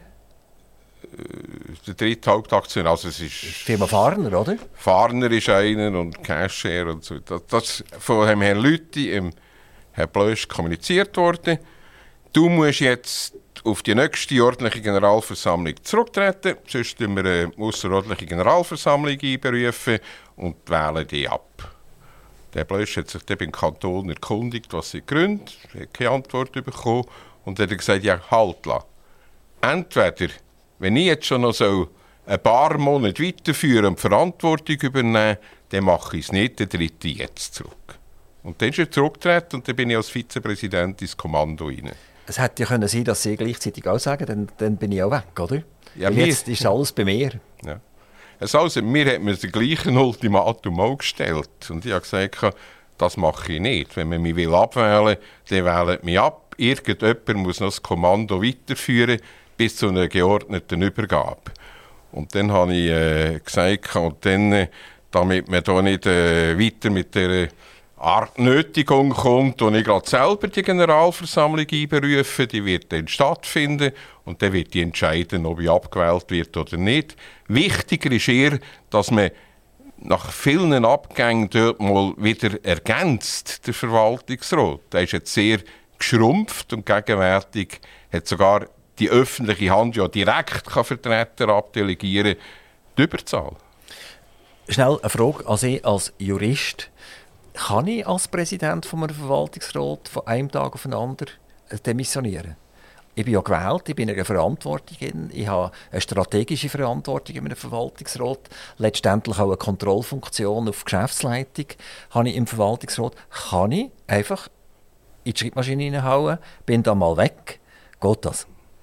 Der dritte Hauptaktionär, also es ist... Firma Farner, oder? Farner ist einer und Cashier und so. Das, das von dem Herrn Lüthi, dem Herrn Plösch, kommuniziert worden. Du musst jetzt auf die nächste ordentliche Generalversammlung zurücktreten, sonst tun wir eine ausserordentliche Generalversammlung einberufen und wählen die ab. Der Plösch hat sich dann beim Kanton erkundigt, was sie Gründe, hat keine Antwort bekommen und hat gesagt, ja, halt la. Entweder, wenn ich jetzt schon noch so ein paar Monate weiterführen und die Verantwortung übernehmen, dann mache ich es nicht, dann tritt ich jetzt zurück. Und dann ist er zurückgetreten und dann bin ich als Vizepräsident ins Kommando rein. Es hätte ja können sein, dass Sie gleichzeitig auch sagen, dann, dann bin ich auch weg, oder? Ja, jetzt ist alles bei mir. Ja. Also, mir hat mir das gleiche Ultimatum auch gestellt. Und ich habe gesagt, das mache ich nicht. Wenn man mich will abwählen will, dann wählt mich ab. Irgendjemand muss noch das Kommando weiterführen bis zu einer geordneten Übergabe. Und dann habe ich äh, gesagt, und dann, äh, damit man da nicht äh, weiter mit der Art Nötigung kommt und ich gerade selber die Generalversammlung einberufe, die wird dann stattfinden und dann wird die entscheiden, ob ich abgewählt wird oder nicht. Wichtiger ist eher, dass man nach vielen Abgängen dort mal wieder ergänzt, der Verwaltungsrat. Der ist jetzt sehr geschrumpft und gegenwärtig hat sogar die öffentliche Hand ja direkt kann Vertreter abdelegieren, die Überzahl. Schnell eine Frage an Sie als Jurist. Kann ich als Präsident von einem Verwaltungsrat von einem Tag auf den anderen demissionieren? Ich bin ja gewählt, ich bin eine Verantwortung, ich habe eine strategische Verantwortung in einem Verwaltungsrat, letztendlich auch eine Kontrollfunktion auf Geschäftsleitung habe ich im Verwaltungsrat. Kann ich einfach in die Schreibmaschine reinhauen, bin dann mal weg? Geht das?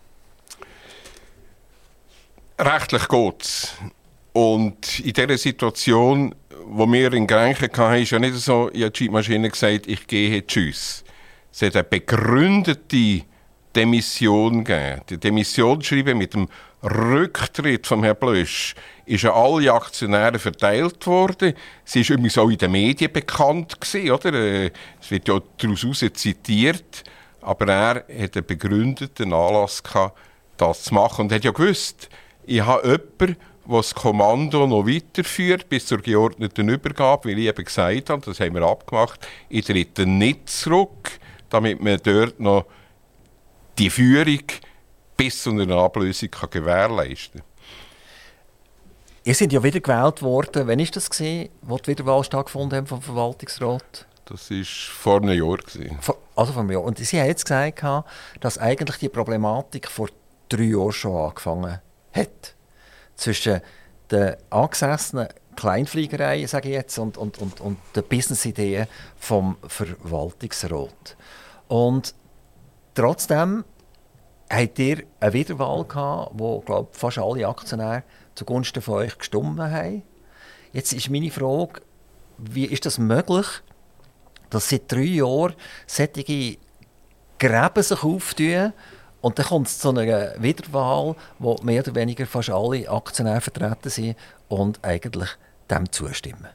Rechtlich geht es. Und in dieser Situation, wo wir in Grenchen hatten, ist ja nicht so, ich habe die Schreibmaschine gesagt, ich gehe, tschüss. Es hat eine begründete Demission gegeben. Die Demissionsschreiben mit dem Rücktritt von Herrn Plösch ist an alle Aktionäre verteilt worden. Sie ist übrigens auch in den Medien bekannt gewesen, oder? Es wird ja daraus zitiert. Aber er hat einen begründeten Anlass gehabt, das zu machen. Und er hat ja gewusst, ich habe jemanden, der das Kommando noch weiterführt bis zur geordneten Übergabe, weil ich eben gesagt habe, das haben wir abgemacht, ich trete nicht zurück, damit man dort noch die Führung bis zu einer Ablösung kann gewährleisten kann. Ihr seid ja wieder gewählt worden. Wann war das, gewesen, wo die Wiederwahl stattgefunden hat vom Verwaltungsrat? Das war vor einem Jahr. Vor, also vor einem Jahr. Und Sie haben jetzt gesagt, dass eigentlich die Problematik vor drei Jahren schon angefangen hat. Zwischen den angesessenen Kleinfliegereien, sage ich jetzt, und, und, und, und den Business-Ideen vom Verwaltungsrat. Und trotzdem habt ihr eine Wiederwahl gehabt, wo, glaube ich, fast alle Aktionäre zugunsten von euch gestimmt haben. Jetzt ist meine Frage, wie ist das möglich, dass seit drei Jahren solche Gräben sich auftun und dann kommt es zu einer Wiederwahl, wo mehr oder weniger fast alle Aktionäre vertreten sind und eigentlich dem zustimmen?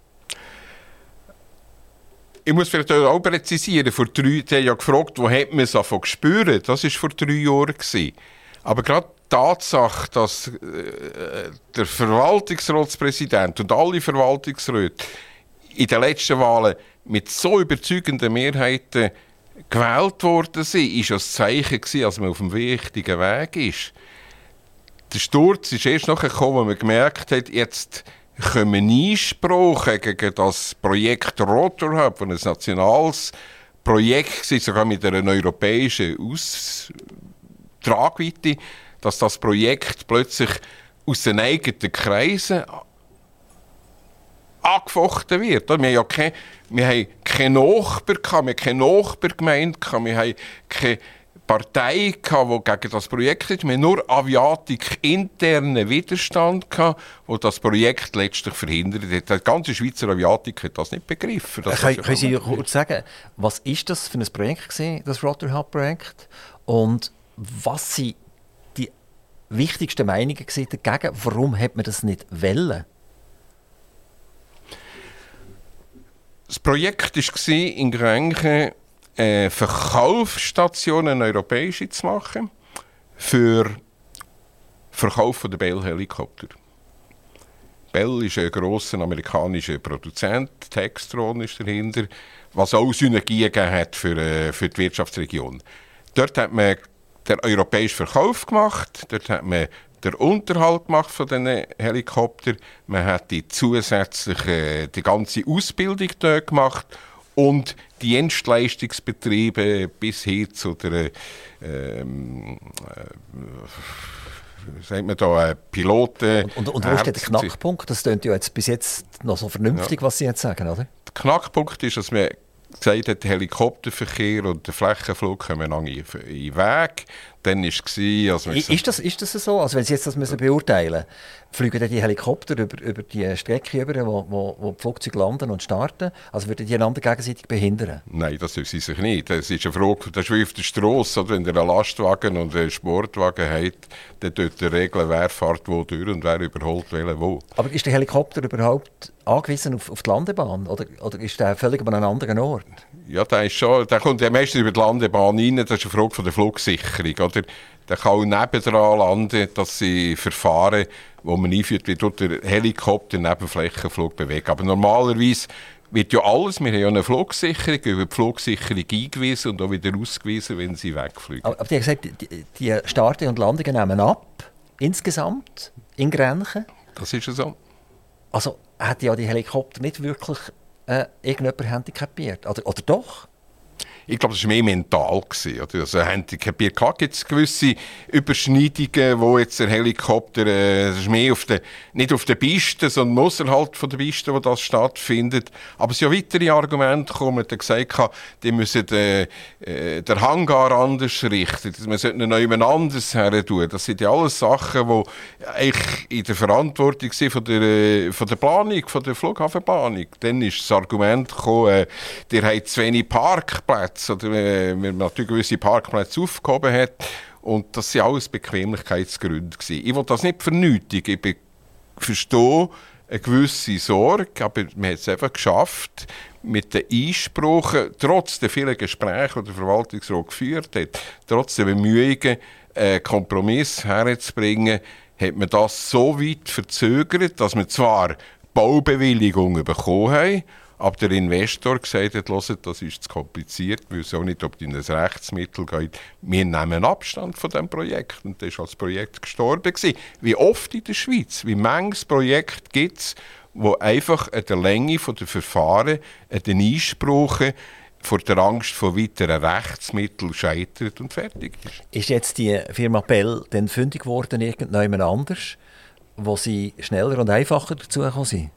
Ich muss vielleicht auch präzisieren, vor drei Jahren ja gefragt, wo hat man es davon gespürt? Das war vor drei Jahren. Aber gerade die Tatsache, dass äh, der Verwaltungsratspräsident und alle Verwaltungsräte in den letzten Wahlen mit so überzeugenden Mehrheiten gewählt worden sind, ist ein Zeichen gewesen, dass man auf dem richtigen Weg ist. Der Sturz ist erst nachher gekommen, als man gemerkt hat, jetzt kommen Einsprachen gegen das Projekt Rotor Hub, ein nationales Projekt, sogar mit einer europäischen Austragweite, dass das Projekt plötzlich aus den eigenen Kreisen angefochten wird. Wir haben ja keine, wir haben keine Nachbarn, wir haben keine Nachbargemeinde, wir haben keine Partei, die gegen das Projekt ist. Wir haben nur Aviatik internen Widerstand, der das Projekt letztlich verhindert hat. Die ganze Schweizer Aviatik hat das nicht begriffen. Das Können, können Sie kurz sagen, was war das für ein Projekt gewesen, das Rotor Hub Projekt? Und was sind die wichtigsten Meinungen dagegen? Warum hat man das nicht wollen? Das Projekt war in Grenchen, äh, Verkaufsstationen europäische zu machen für Verkauf der Bell-Helikopter. Bell ist ein grosser amerikanischer Produzent, Textron ist dahinter, was auch Synergien gegeben hat für, äh, für die Wirtschaftsregion. Dort hat man den europäischen Verkauf gemacht, dort hat man den Unterhalt gemacht von diesen Helikoptern, man hat die zusätzliche, die ganze Ausbildung dort gemacht und die Dienstleistungsbetriebe bis hin zu der ähm, äh, sagt man da, äh, Piloten. Und, und, und wo ist der Knackpunkt? Das klingt ja jetzt bis jetzt noch so vernünftig, ja, was Sie jetzt sagen, oder? Der Knackpunkt ist, dass man gesagt hat, der Helikopterverkehr und der Flächenflug kommen in den Weg. Dann war es, als man... Ist das, ist das so? Also wenn Sie jetzt das müssen beurteilen müssen, fliegen dann die Helikopter über, über die Strecke über, wo, wo, wo die Flugzeuge landen und starten? Also würden die einander gegenseitig behindern? Nein, das tun sie sich nicht. Das ist eine Frage, das ist wie auf der Strasse. Wenn ihr einen Lastwagen und einen Sportwagen habt, dann tut der Regel, wer fährt wo durch und wer überholt welchen wo. Aber ist der Helikopter überhaupt angewiesen auf, auf die Landebahn? Oder, oder ist der völlig an einem anderen Ort? Ja, der, ist schon, der kommt ja meistens über die Landebahn rein. Das ist eine Frage von der Flugsicherung. Oder? Der kann auch nebendran landen, dass sie Verfahren, wo man einführt, wie durch den Helikopter neben dem Flächenflug bewegt. Aber normalerweise wird ja alles, wir haben ja eine Flugsicherung, über die Flugsicherung eingewiesen und auch wieder ausgewiesen, wenn sie wegfliegen. Aber, aber die haben gesagt, die, die Starten und Landungen nehmen ab, insgesamt, in Grenchen. Das ist ja so. Also hat ja die Helikopter nicht wirklich äh, irgendjemand handicapiert, oder, oder doch? Ich glaube, das war mehr mental. Also, handicapiert. Klar gibt es gewisse Überschneidungen, wo jetzt der Helikopter, äh, das ist mehr auf der, nicht auf der Piste, sondern außerhalb von der Piste, wo das stattfindet. Aber es sind ja weitere Argumente gekommen, die gesagt haben, die müssen äh, äh, den Hangar anders richten, man sollte ihn jemand anders her tun. Das sind ja alles Sachen, die eigentlich in der Verantwortung sind von der, von der Planung, von der Flughafenplanung. Dann ist das Argument gekommen, äh, der hat zu wenig Parkplätze. Oder wenn man natürlich gewisse Parkplätze aufgehoben hat. Und das waren alles Bequemlichkeitsgründe. Ich will das nicht vernötigen. Ich verstehe eine gewisse Sorge, aber man hat es einfach geschafft, mit den Einsprachen, trotz der vielen Gespräche, die der Verwaltungsrat geführt hat, trotz der Bemühungen, einen Kompromiss herzubringen, hat man das so weit verzögert, dass wir zwar Baubewilligung bekommen haben, aber der Investor gesagt hat, hört, das ist zu kompliziert, wir wissen auch nicht, ob in ein Rechtsmittel geht. Wir nehmen Abstand von diesem Projekt. Und das war als Projekt gestorben. Wie oft in der Schweiz, wie manches Projekt gibt es, wo einfach an der Länge der Verfahren, an den Einsprachen, vor der Angst vor weiteren Rechtsmitteln scheitert und fertig ist. Ist jetzt die Firma Bell dann fündig geworden, irgendjemand anders, wo sie schneller und einfacher dazugekommen sind?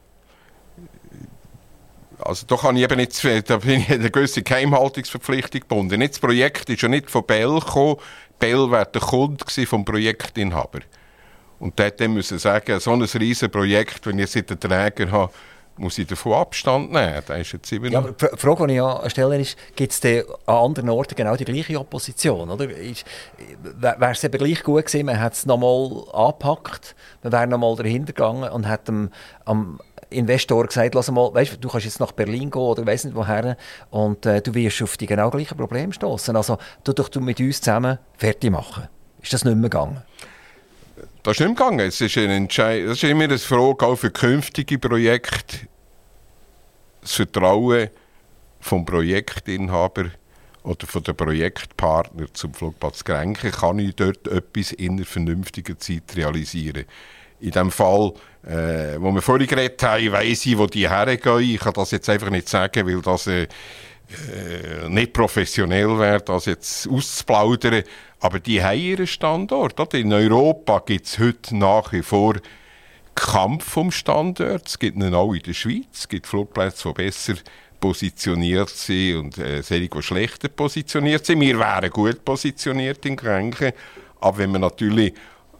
Also da, kann ich eben nicht, da bin ich eine gewisse Geheimhaltungsverpflichtung gebunden. Das Projekt ist ja nicht von Bell gekommen. Bell war der Kunde vom Projektinhaber. Und der hat dann müssen sagen, so ein riesiges Projekt, wenn ich jetzt einen Träger habe, muss ich davon Abstand nehmen. Das ist jetzt immer ja, aber die Frage, die ich ja stelle, ist, gibt es an anderen Orten genau die gleiche Opposition? Wäre es eben gleich gut gewesen, man hätte es nochmal angepackt, man wäre nochmal dahinter gegangen und hat dem, am Investor gesagt, lass mal, weißt, du kannst jetzt nach Berlin gehen oder weiss nicht woher und äh, du wirst auf die genau gleichen Probleme stoßen. Also tu doch du mit uns zusammen fertig machen. Ist das nicht mehr gegangen? Das ist nicht mehr gegangen. Es ist, ein Entscheid- das ist immer eine Frage auch für künftige Projekte. Das Vertrauen vom Projektinhaber oder von den Projektpartner zum Flugplatz Grenchen, kann ich dort etwas in einer vernünftigen Zeit realisieren. In dem Fall, äh, wo wir vorhin geredet haben, weiss ich, wo die hergehen. Ich kann das jetzt einfach nicht sagen, weil das äh, äh, nicht professionell wäre, das jetzt auszuplaudern. Aber die haben ihren Standort. Oder? In Europa gibt es heute nach wie vor Kampf um Standort. Es gibt ihn auch in der Schweiz. Es gibt Flugplätze, die besser positioniert sind und äh, solche, die schlechter positioniert sind. Wir wären gut positioniert in Grenchen. Aber wenn wir natürlich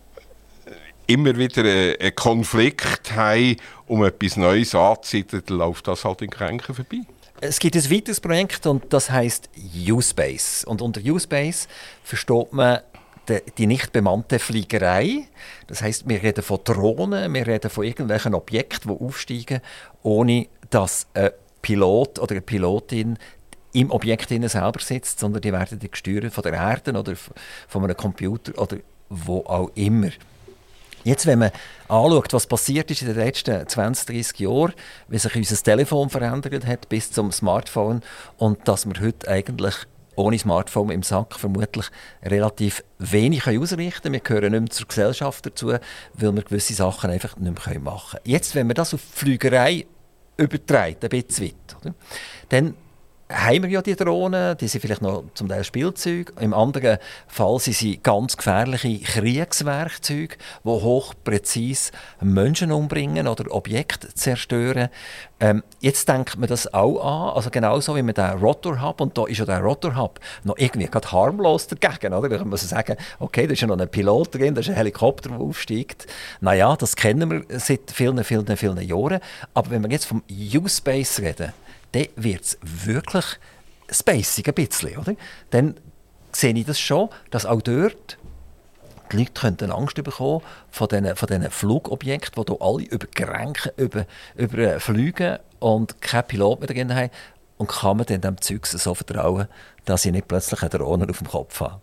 immer wieder einen Konflikt haben, um etwas Neues anzusiedeln, dann läuft das halt in Grenchen vorbei. Es gibt ein weiteres Projekt und das heisst U-Space. Und unter U-Space versteht man die, die nicht bemannte Fliegerei. Das heisst, wir reden von Drohnen, wir reden von irgendwelchen Objekten, die aufsteigen, ohne dass ein Pilot oder eine Pilotin im Objekt selber sitzt, sondern die werden gesteuert von der Erde oder von einem Computer oder wo auch immer. Jetzt, wenn man anschaut, was passiert ist in den letzten zwanzig, dreissig Jahren, wie sich unser Telefon verändert hat bis zum Smartphone und dass wir heute eigentlich ohne Smartphone im Sack vermutlich relativ wenig ausrichten können. Wir gehören nicht mehr zur Gesellschaft dazu, weil wir gewisse Sachen einfach nicht mehr machen können. Jetzt, wenn man das auf die Fliegerei überträgt, ein bisschen weit, oder? Dann haben wir ja die Drohnen, die sind vielleicht noch zum Teil Spielzeuge. Im anderen Fall sind sie ganz gefährliche Kriegswerkzeuge, die hochpräzise Menschen umbringen oder Objekte zerstören. Ähm, jetzt denkt man das auch an, also genauso wie mit dem Rotor Hub, und da ist ja der Rotor Hub noch irgendwie gerade harmlos dagegen, oder? Da kann man so sagen, okay, da ist ja noch ein Pilot drin, da ist ein Helikopter, der aufsteigt. Naja, das kennen wir seit vielen, vielen, vielen Jahren. Aber wenn wir jetzt vom U-Space reden, dann wird es wirklich spacig ein bisschen, oder? Dann sehe ich das schon, dass auch dort die Leute könnten Angst bekommen von diesen, von diesen Flugobjekten, die hier alle über Grenzen über, über fliegen und keinen Pilot mehr drin haben. Und kann man dann dem Zeug so vertrauen, dass ich nicht plötzlich eine Drohne auf dem Kopf habe?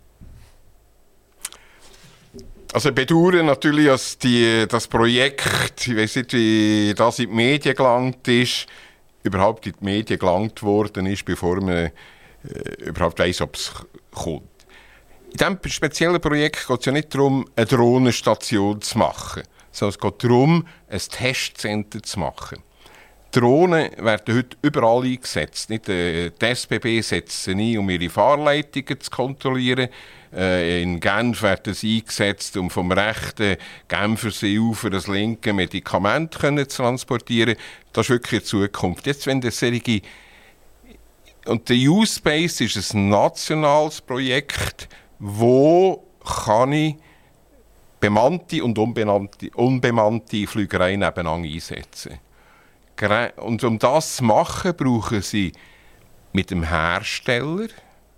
Also ich bedauere natürlich, dass die, das Projekt, ich weiss nicht, wie das in die Medien gelangt ist, überhaupt in die Medien gelangt worden ist, bevor man äh, überhaupt weiss, ob es kommt. In diesem speziellen Projekt geht es ja nicht darum, eine Drohnenstation zu machen, sondern es geht darum, ein Testcenter zu machen. Drohnen werden heute überall eingesetzt. Nicht, äh, die S B B setzt sie ein, um ihre Fahrleitungen zu kontrollieren. Äh, in Genf werden sie eingesetzt, um vom rechten Genfersee auf das linke Medikament zu transportieren. Das ist wirklich die Zukunft. Jetzt, wenn das solche und der U-Space ist ein nationales Projekt, wo kann ich bemannte und unbemannte, unbemannte Flügerei nebeneinander einsetzen. Und um das zu machen, brauchen sie mit dem Hersteller,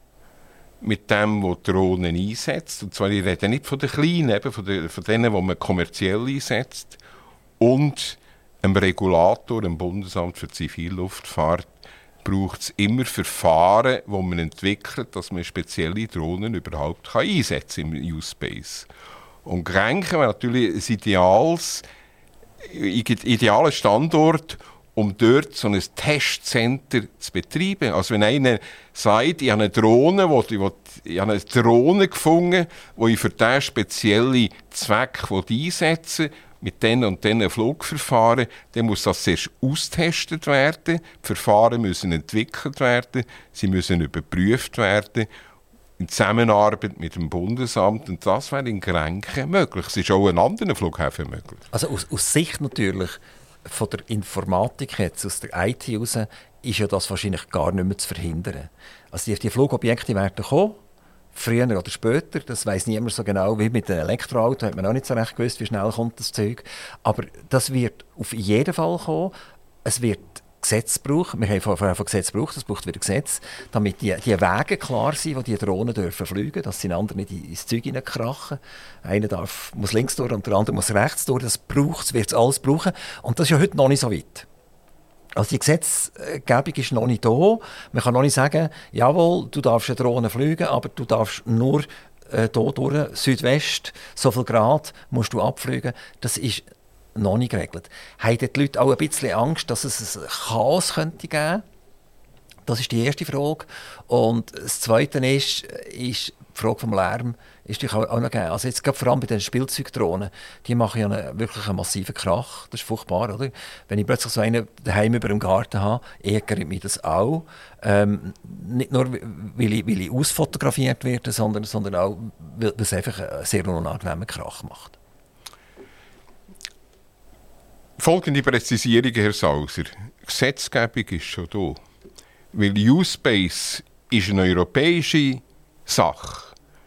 mit dem, der Drohnen einsetzt, und zwar, ich rede nicht von den Kleinen, eben von, den, von denen, die man kommerziell einsetzt, und einem Regulator, dem Bundesamt für Zivilluftfahrt, braucht es immer Verfahren, die man entwickelt, dass man spezielle Drohnen überhaupt kann einsetzen kann im U-Space. Und Grenchen wäre natürlich ein ideales, idealer Standort, um dort so ein Testcenter zu betreiben. Also wenn einer sagt, ich habe eine Drohne, wo ich, wo ich habe eine Drohne gefunden, die ich für diesen speziellen Zweck einsetzen will, mit diesen und diesen Flugverfahren, dann muss das zuerst austestet werden. Die Verfahren müssen entwickelt werden, sie müssen überprüft werden, in Zusammenarbeit mit dem Bundesamt. Und das wäre in Grenchen möglich. Es ist auch in anderen Flughäfen möglich. Also aus, aus Sicht natürlich von der Informatik jetzt, aus der I T raus, ist ja das wahrscheinlich gar nicht mehr zu verhindern. Also die, die Flugobjekte werden kommen, früher oder später, das weiss niemand so genau, wie mit dem Elektroauto, hat man auch nicht so recht gewusst, wie schnell kommt das Zeug. Aber das wird auf jeden Fall kommen. Es wird Gesetz brauchen. Wir haben vorher von Gesetz gebraucht, es braucht wieder Gesetz, damit die, die Wege klar sind, wo die Drohnen dürfen fliegen, dass die anderen nicht ins Zeug hineinkrachen. Einer darf, muss links durch und der andere muss rechts durch. Das braucht es, wird es alles brauchen. Und das ist ja heute noch nicht so weit. Also die Gesetzgebung ist noch nicht da. Man kann noch nicht sagen, jawohl, du darfst eine Drohne fliegen, aber du darfst nur äh, hier durch, Südwest, so viel Grad musst du abfliegen. Das ist noch nicht geregelt. Haben die Leute auch ein bisschen Angst, dass es ein Chaos könnte geben? Das ist die erste Frage. Und das Zweite ist, ist die Frage vom Lärm. Ist auch, auch noch gegeben. Also jetzt gerade vor allem bei den Spielzeugdrohnen, die machen ja einen, wirklich einen massiven Krach. Das ist furchtbar, oder? Wenn ich plötzlich so einen daheim über dem Garten habe, ärgert mich das auch. Ähm, nicht nur, weil ich, weil ich ausfotografiert werde, sondern, sondern auch, weil es einfach einen sehr unangenehmen Krach macht. Folgende Präzisierung, Herr Sauser. Gesetzgebung ist schon da. Weil U-Space ist eine europäische Sache.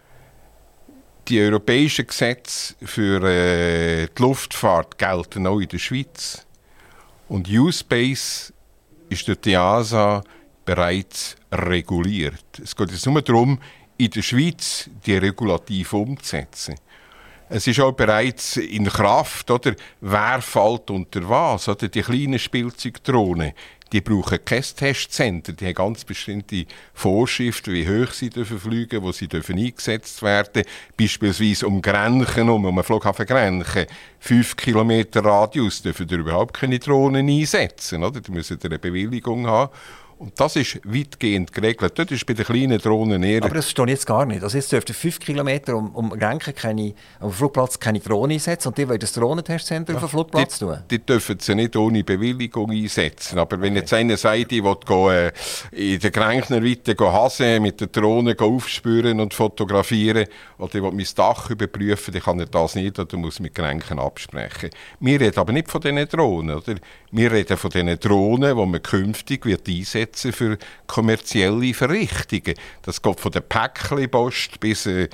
Die europäischen Gesetze für äh, die Luftfahrt gelten auch in der Schweiz. Und U-Space ist durch die E A S A bereits reguliert. Es geht jetzt nur darum, in der Schweiz die Regulative umzusetzen. Es ist auch bereits in Kraft, oder? Wer fällt unter was? Oder? Die kleinen Spielzeugdrohnen, die brauchen kein Testcenter. Die haben ganz bestimmte Vorschriften, wie hoch sie dürfen fliegen, wo sie dürfen eingesetzt werden. Beispielsweise um Grenchen, um, um den Flughafen Grenchen, fünf Kilometer Radius dürfen da überhaupt keine Drohnen einsetzen. Oder? Die müssen eine Bewilligung haben. Und das ist weitgehend geregelt. Das ist bei den kleinen Drohnen eher... Aber das verstehe ich jetzt gar nicht. Also jetzt dürften fünf Kilometer um, um Grenchen keine, um den Flugplatz keine Drohne einsetzen und die wollen das Drohnentestzentrum ja, auf den Flugplatz die, tun? Die dürfen sie nicht ohne Bewilligung einsetzen. Aber wenn okay. jetzt einer sagt, ich will go, äh, in der Grenchnerweite Hase mit der Drohne aufspüren und fotografieren oder ich will mein Dach überprüfen, dann kann er das nicht oder muss mit Grenchen absprechen. Wir reden aber nicht von diesen Drohnen. Oder? Wir reden von diesen Drohnen, die man künftig wird einsetzen für kommerzielle Verrichtungen. Das geht von der Päckchenpost bis äh,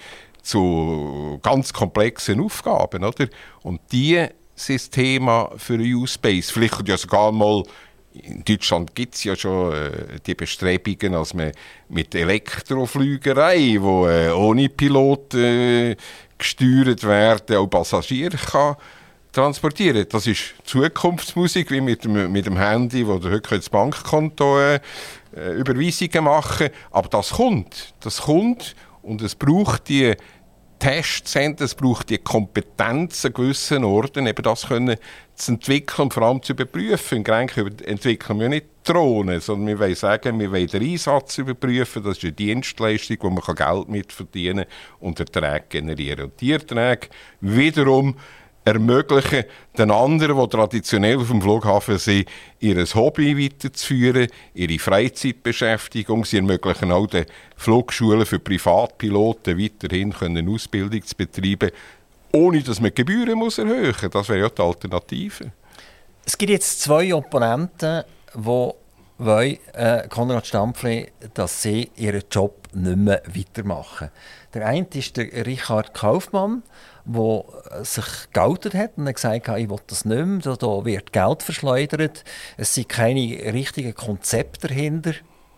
zu ganz komplexen Aufgaben. Oder? Und die sind das Thema für U-Space. Vielleicht ja sogar mal, in Deutschland gibt es ja schon äh, die Bestrebungen, dass man mit Elektroflügerei, wo äh, ohne Pilot äh, gesteuert werden, auch Passagiere kann transportieren. Das ist Zukunftsmusik, wie mit dem, mit dem Handy, wo du heute das Bankkonto äh, Überweisungen machen. Aber das kommt. Das kommt und es braucht die Testzentren, es braucht die Kompetenz an gewissen Orten, eben das können zu entwickeln und vor allem zu überprüfen. Im Grenchen entwickeln wir nicht Drohnen, sondern wir wollen sagen, wir wollen den Einsatz überprüfen. Das ist eine Dienstleistung, wo man Geld mit verdienen und Erträge generieren. Und die Erträge wiederum ermöglichen den anderen, die traditionell auf dem Flughafen sind, ihr Hobby weiterzuführen, ihre Freizeitbeschäftigung. Sie ermöglichen auch den Flugschulen für Privatpiloten weiterhin eine Ausbildung zu betreiben, ohne dass man die Gebühren muss erhöhen muss. Das wäre ja die Alternative. Es gibt jetzt zwei Opponenten, die wollen, äh, Konrad Stampfli, dass sie ihren Job nicht mehr weitermachen. Der eine ist der Richard Kaufmann, der sich geoutet hat und gesagt hat, ich will das nicht mehr, da, da wird Geld verschleudert, es sind keine richtigen Konzepte dahinter.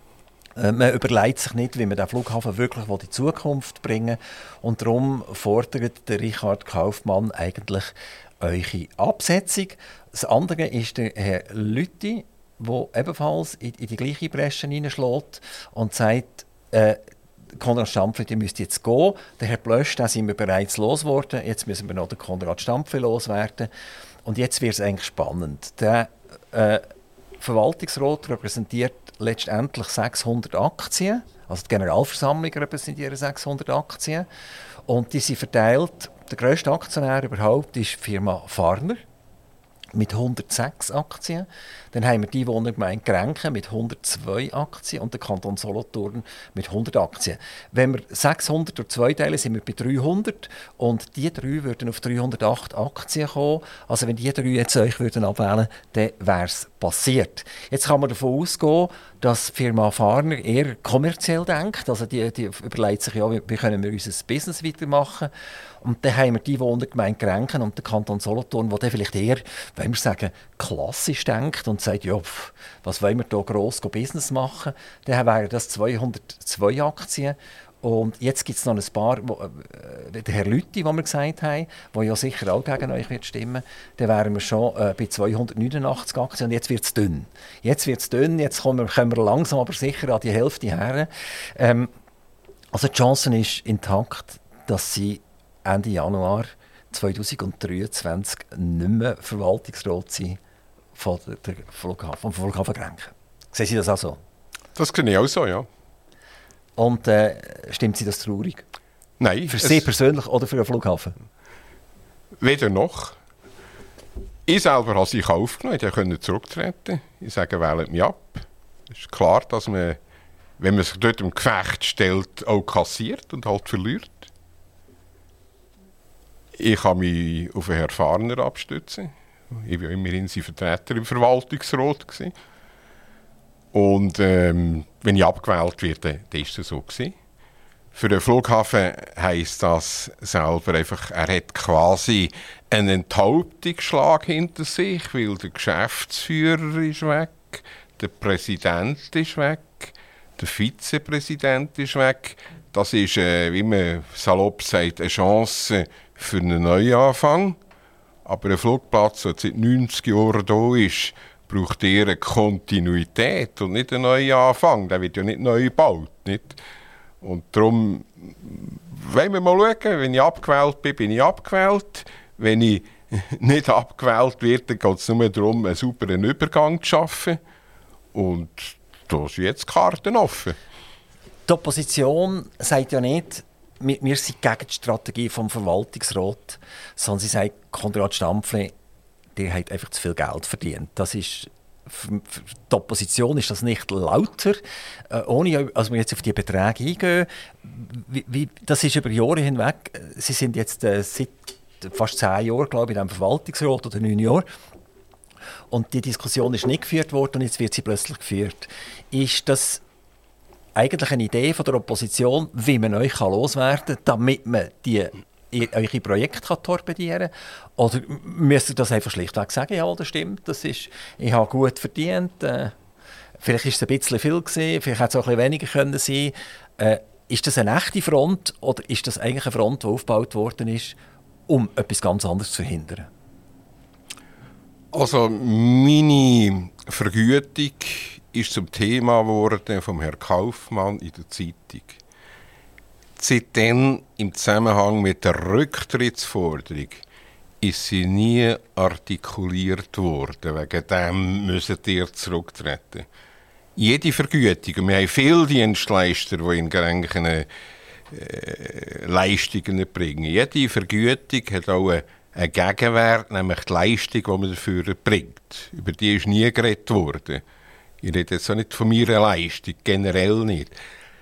Äh, man überlegt sich nicht, wie man den Flughafen wirklich in die Zukunft bringen will. Und darum fordert der Richard Kaufmann eigentlich eure Absetzung. Das andere ist der Herr Lüthi, der ebenfalls in, in die gleiche Bresche hineinschlägt und sagt, äh, Konrad Stampfli, der müsste jetzt gehen. Der Herr Blösch, den sind wir bereits losgeworden. Jetzt müssen wir noch den Konrad Stampfli loswerden. Und jetzt wird es eigentlich spannend. Der äh, Verwaltungsrat repräsentiert letztendlich sechshundert Aktien. Also die Generalversammlung repräsentiert sechshundert Aktien. Und die sind verteilt. Der grösste Aktionär überhaupt ist die Firma Farner mit hundertsechs Aktien. Dann haben wir die Wohngemeinde Grenchen mit hundertzwei Aktien und der Kanton Solothurn mit hundert Aktien. Wenn wir sechshundert durch zwei teilen, sind wir bei dreihundert und die drei würden auf dreihundertacht Aktien kommen. Also wenn die drei jetzt euch würden abwählen, dann wäre es passiert. Jetzt kann man davon ausgehen, dass die Firma Farner eher kommerziell denkt. Also die, die überlegt sich, ja, wie, wie können wir unser Business weitermachen. Und dann haben wir die Wohngemeinde Grenchen und den Kanton Solothurn, der dann vielleicht eher, wenn wir sagen, klassisch denkt und sagt, ja, pff, was wollen wir hier gross Business machen, dann wären das zweihundertzwei Aktien. Und jetzt gibt es noch ein paar, wo, äh, der Herr Lüthi, den wir gesagt haben, der ja sicher auch gegen euch wird stimmen, dann wären wir schon äh, bei zweihundertneunundachtzig Aktien und jetzt wird es dünn. Jetzt wird es dünn, jetzt kommen wir, kommen wir langsam aber sicher an die Hälfte her. Ähm, also die Chance ist intakt, dass Sie Ende Januar zweitausenddreiundzwanzig nicht mehr Verwaltungsrat sind von der, der Flughafen, vom Flughafen Grenchen. Sehen Sie das auch so? Das sehe ich auch so, ja. Und äh, stimmt Sie das traurig? Nein. Für Sie persönlich oder für den Flughafen? Weder noch. Ich selber habe sich aufgenommen, ich konnte zurücktreten. Ich sage, wählt mich ab. Es ist klar, dass man, wenn man sich dort im Gefecht stellt, auch kassiert und halt verliert. Ich kann mich auf Herrn Farner abstützen. Ich war immerhin sein Vertreter im Verwaltungsrat. Und ähm, wenn ich abgewählt werde, dann ist es so gewesen. Für den Flughafen heisst das selber einfach, er hat quasi einen Enthauptungsschlag hinter sich, weil der Geschäftsführer ist weg, der Präsident ist weg, der Vizepräsident ist weg. Das ist, äh, wie man salopp sagt, eine Chance für einen Neuanfang. Aber ein Flugplatz, der seit neunzig Jahren da ist, braucht eher eine Kontinuität und nicht einen Neuanfang. Der wird ja nicht neu gebaut. Nicht? Und darum wollen wir mal schauen, wenn ich abgewählt bin, bin ich abgewählt. Wenn ich nicht abgewählt werde, geht es nur darum, einen sauberen Übergang zu schaffen. Und da sind jetzt die Karten offen. Die Opposition sagt ja nicht, wir, wir sind gegen die Strategie des Verwaltungsrats, sondern sie sagt, Konrad Stampfli, der hat einfach zu viel Geld verdient. Das ist, für, für die Opposition ist das nicht lauter. Äh, ohne, als wir jetzt auf die Beträge eingehen, wie, wie, das ist über Jahre hinweg. Sie sind jetzt äh, seit fast zehn Jahren, glaube ich, in diesem Verwaltungsrat oder neun Jahren. Und die Diskussion ist nicht geführt worden und jetzt wird sie plötzlich geführt. Ist das eigentlich eine Idee von der Opposition, wie man euch loswerden kann, damit man die, eure Projekte kann torpedieren kann? Oder müsst ihr das einfach schlichtweg sagen, ja, das stimmt, das ist, ich habe gut verdient, äh, vielleicht war es ein bisschen viel gewesen, vielleicht hätte es auch ein bisschen weniger können sein. Äh, ist das eine echte Front oder ist das eigentlich eine Front, die aufgebaut worden ist, um etwas ganz anderes zu verhindern? Also meine Vergütung ist zum Thema geworden vom Herrn Kaufmann in der Zeitung. Seitdem im Zusammenhang mit der Rücktrittsforderung ist sie nie artikuliert worden. Wegen dem müssen ihr zurücktreten. Jede Vergütung, und wir haben viele Dienstleister, die in Grenchen äh, Leistungen bringen. Jede Vergütung hat auch eine einen Gegenwert, nämlich die Leistung, die man dafür bringt. Über die ist nie geredet worden. Ich rede jetzt auch nicht von meiner Leistung, generell nicht.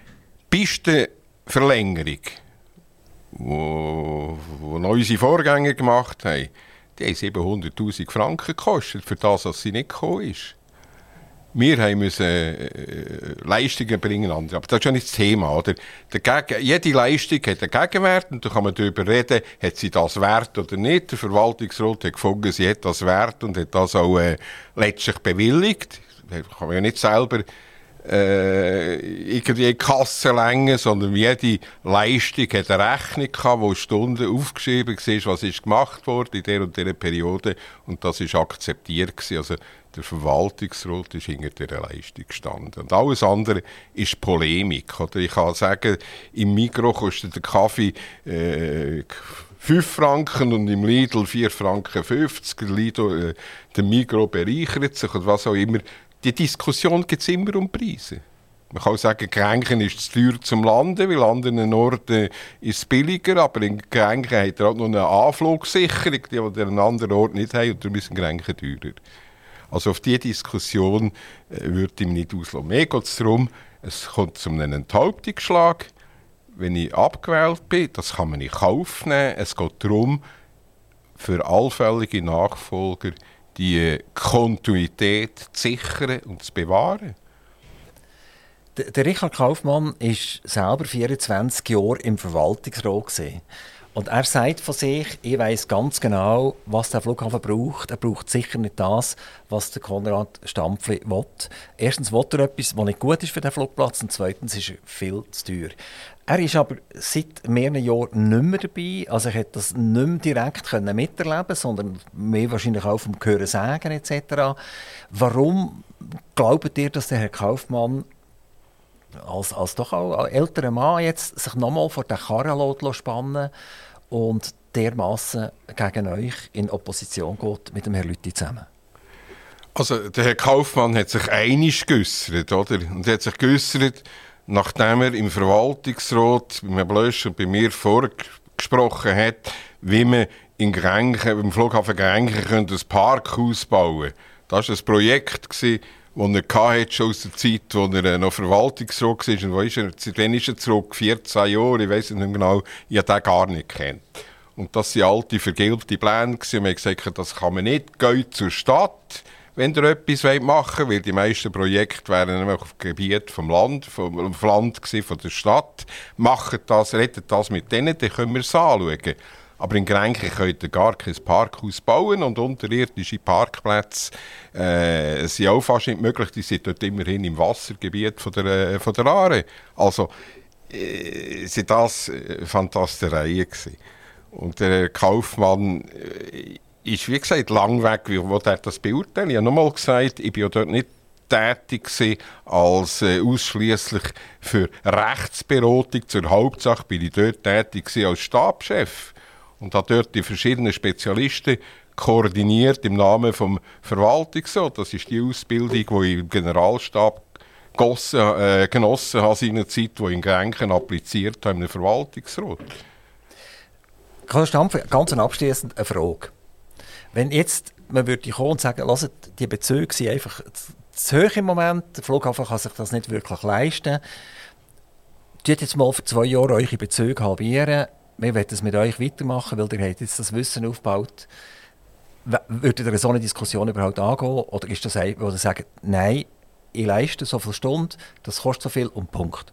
Pistenverlängerung, die unsere Vorgänger gemacht haben, die haben siebenhunderttausend Franken gekostet, für das, was sie nicht gekommen ist. Wir mussten äh, Leistungen bringen, andere. Aber das ist ja nicht das Thema. Oder? Der Gegen- jede Leistung hat einen Gegenwert und da kann man darüber reden, hat sie das wert oder nicht. Der Verwaltungsrat hat gefunden, sie hat das wert und hat das auch äh, letztlich bewilligt. Da kann man ja nicht selber äh, irgendwie in die Kasse lenken, sondern jede Leistung hat eine Rechnung gehabt, wo Stunden aufgeschrieben war, was ist gemacht wurde in dieser und dieser Periode und das ist akzeptiert gewesen. Also der Verwaltungsrat ist hinter dieser Leistung gestanden. Und alles andere ist Polemik. Oder ich kann sagen, im Migros kostet der Kaffee äh, fünf Franken und im Lidl vier Franken fünfzig. Der, Lidl, äh, der Migros bereichert sich und was auch immer. Die Diskussion gibt es immer um Preise. Man kann sagen, Grenchen ist zu teuer zum Landen, weil an anderen Orten ist es billiger, aber in Grenchen hat er auch noch eine Anflugsicherung, die wir an anderen Orten nicht haben, und darum ist Grenchen teurer. Also auf diese Diskussion äh, würde ich mich nicht auslassen. Mir geht es darum, es kommt zu einem Enthauptungsschlag, wenn ich abgewählt bin, das kann man in Kauf nehmen. Es geht darum, für allfällige Nachfolger die Kontinuität zu sichern und zu bewahren. Der, der Richard Kaufmann war selber vierundzwanzig Jahre im Verwaltungsrat gewesen. Und er sagt von sich, ich weiss ganz genau, was der Flughafen braucht. Er braucht sicher nicht das, was der Konrad Stampfli will. Erstens will er etwas, was nicht gut ist für den Flugplatz, und zweitens ist er viel zu teuer. Er ist aber seit mehreren Jahren nicht mehr dabei. Also er hat das nicht mehr direkt miterleben, sondern mehr wahrscheinlich auch vom Hören sagen et cetera. Warum glaubt ihr, dass der Herr Kaufmann als, als doch auch älterer Mann jetzt sich nochmal vor den Karren spannen und dermassen gegen euch in Opposition geht mit dem Herrn Lüthi zusammen? Also der Herr Kaufmann hat sich einig geäussert, oder? Und er hat sich geäussert, nachdem er im Verwaltungsrat bei Blösch und bei mir vorgesprochen hat, wie man in Grenchen, im Flughafen Grenchen ein Parkhaus bauen könnte. Das war ein Projekt, das er hatte, schon aus der Zeit, wo er noch Verwaltungsrat war. Und wo ist er? Dann ist er zurück, vierzehn Jahre, ich weiss nicht genau, ich habe den gar nicht kennt. Und das waren alte, vergilbte Pläne. Und wir haben gesagt, das kann man nicht. Geht zur Stadt, wenn ihr etwas machen wollt. Weil die meisten Projekte wären nämlich auf dem Gebiet vom Land, vom Land gewesen, von der Stadt. Macht das, redet das mit denen, dann können wir es anschauen. Aber in Grenchen könnt ihr gar kein Parkhaus bauen und unterirdische Parkplätze äh, sind auch fast nicht möglich. Die sind dort immerhin im Wassergebiet von der, äh, von der Aare. Also äh, sind das äh, Fantastereien gewesen. Und der Kaufmann äh, ist, wie gesagt, lang weg, wie will er das beurteilen. Ich habe nochmal gesagt, ich bin ja dort nicht tätig gewesen, als äh, ausschliesslich für Rechtsberatung. Zur Hauptsache bin ich dort tätig gewesen als Stabschef. Und hat dort die verschiedenen Spezialisten koordiniert im Namen des Verwaltungsrats. Das ist die Ausbildung, die ich im Generalstab genossen, äh, genossen habe, in einer Zeit, die ich in Grenchen appliziert habe, im Verwaltungsrat. Ganz abschliessend eine Frage. Wenn jetzt man würde kommen und sagen, hört, die Bezüge sind einfach zu hoch im Moment, der Flughafen kann sich das nicht wirklich leisten. Tut jetzt mal für zwei Jahre eure Bezüge halbieren. Wir wollen es mit euch weitermachen, weil ihr habt jetzt das Wissen aufgebaut. Würdet ihr so eine Diskussion überhaupt angehen? Oder ist das ein, wo ihr sagt, nein, ich leiste so viele Stunden, das kostet so viel und Punkt?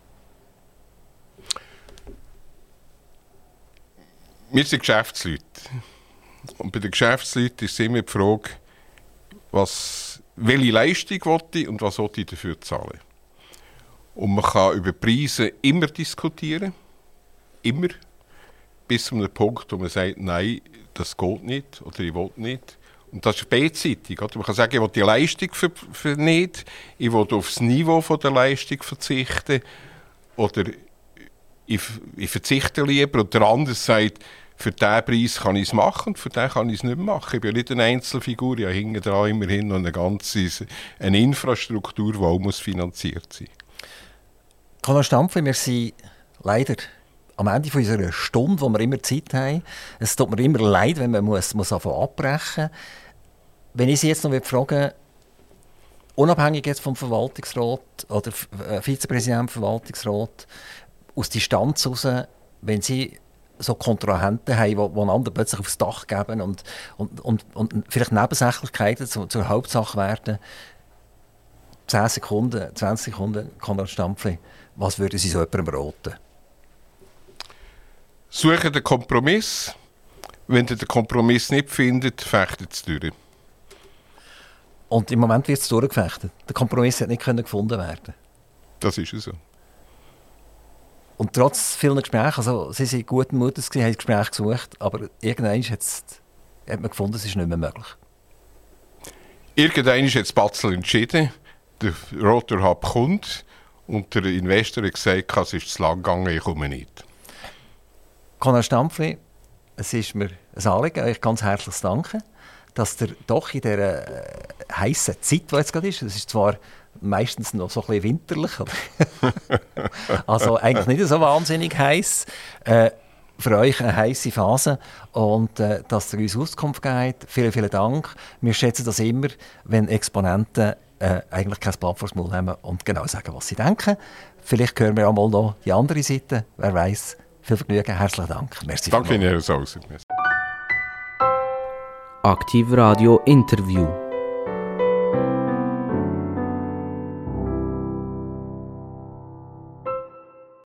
Wir sind Geschäftsleute. Und bei den Geschäftsleuten ist immer die Frage, was, welche Leistung will ich und was will ich dafür zahlen. Und man kann über Preise immer diskutieren. Immer. Bis zu einem Punkt, wo man sagt, nein, das geht nicht oder ich will nicht. Und das ist beidseitig. Oder? Man kann sagen, ich will die Leistung für, für nicht, ich will auf das Niveau von der Leistung verzichten oder ich, ich verzichte lieber. Und der andere sagt, für diesen Preis kann ich es machen und für den kann ich es nicht machen. Ich bin ja nicht eine Einzelfigur, ich habe hinten dran immerhin noch eine ganze eine Infrastruktur, die auch muss finanziert sein muss. Conor Stampfli, wir sind leider am Ende von unserer Stunde, wo wir immer Zeit haben. Es tut mir immer leid, wenn man muss, muss abbrechen muss. Wenn ich Sie jetzt noch frage, unabhängig jetzt vom Verwaltungsrat oder Vizepräsident vom Verwaltungsrat, aus Distanz heraus, wenn Sie so Kontrahenten haben, die einander plötzlich aufs Dach geben und, und, und, und vielleicht Nebensächlichkeiten zu, zur Hauptsache werden, zehn Sekunden, zwanzig Sekunden, Conor Stampfli, was würden Sie so jemandem raten? Suchen den Kompromiss. Wenn ihr den Kompromiss nicht findet, fechtet es durch. Und im Moment wird es durchgefechtet. Der Kompromiss hat nicht gefunden werden. Das ist so. Und trotz vielen Gesprächen, also Sie waren guten Mutes, haben Gespräche gesucht, aber irgendwann hat man gefunden, es ist nicht mehr möglich. Irgendwann hat das Batzel entschieden, der Rotor Hub kommt und der Investor hat gesagt, es ist zu lang gegangen, ich komme nicht. Conor Stampfli, es ist mir ein Anliegen, euch ganz herzlich danken, dass ihr doch in dieser äh, heissen Zeit, die jetzt gerade ist, es ist zwar meistens noch so ein bisschen winterlich, also eigentlich nicht so wahnsinnig heiß, äh, für euch eine heisse Phase und äh, dass ihr uns Auskunft gebt. Vielen, vielen Dank. Wir schätzen das immer, wenn Exponenten äh, eigentlich kein Blatt vor den Mund haben und genau sagen, was sie denken. Vielleicht hören wir auch mal noch die andere Seite, wer weiß. Viel Vergnügen, herzlichen Dank. Merci. Danke Ihnen, Herr Sauser. Aktiv Radio Interview.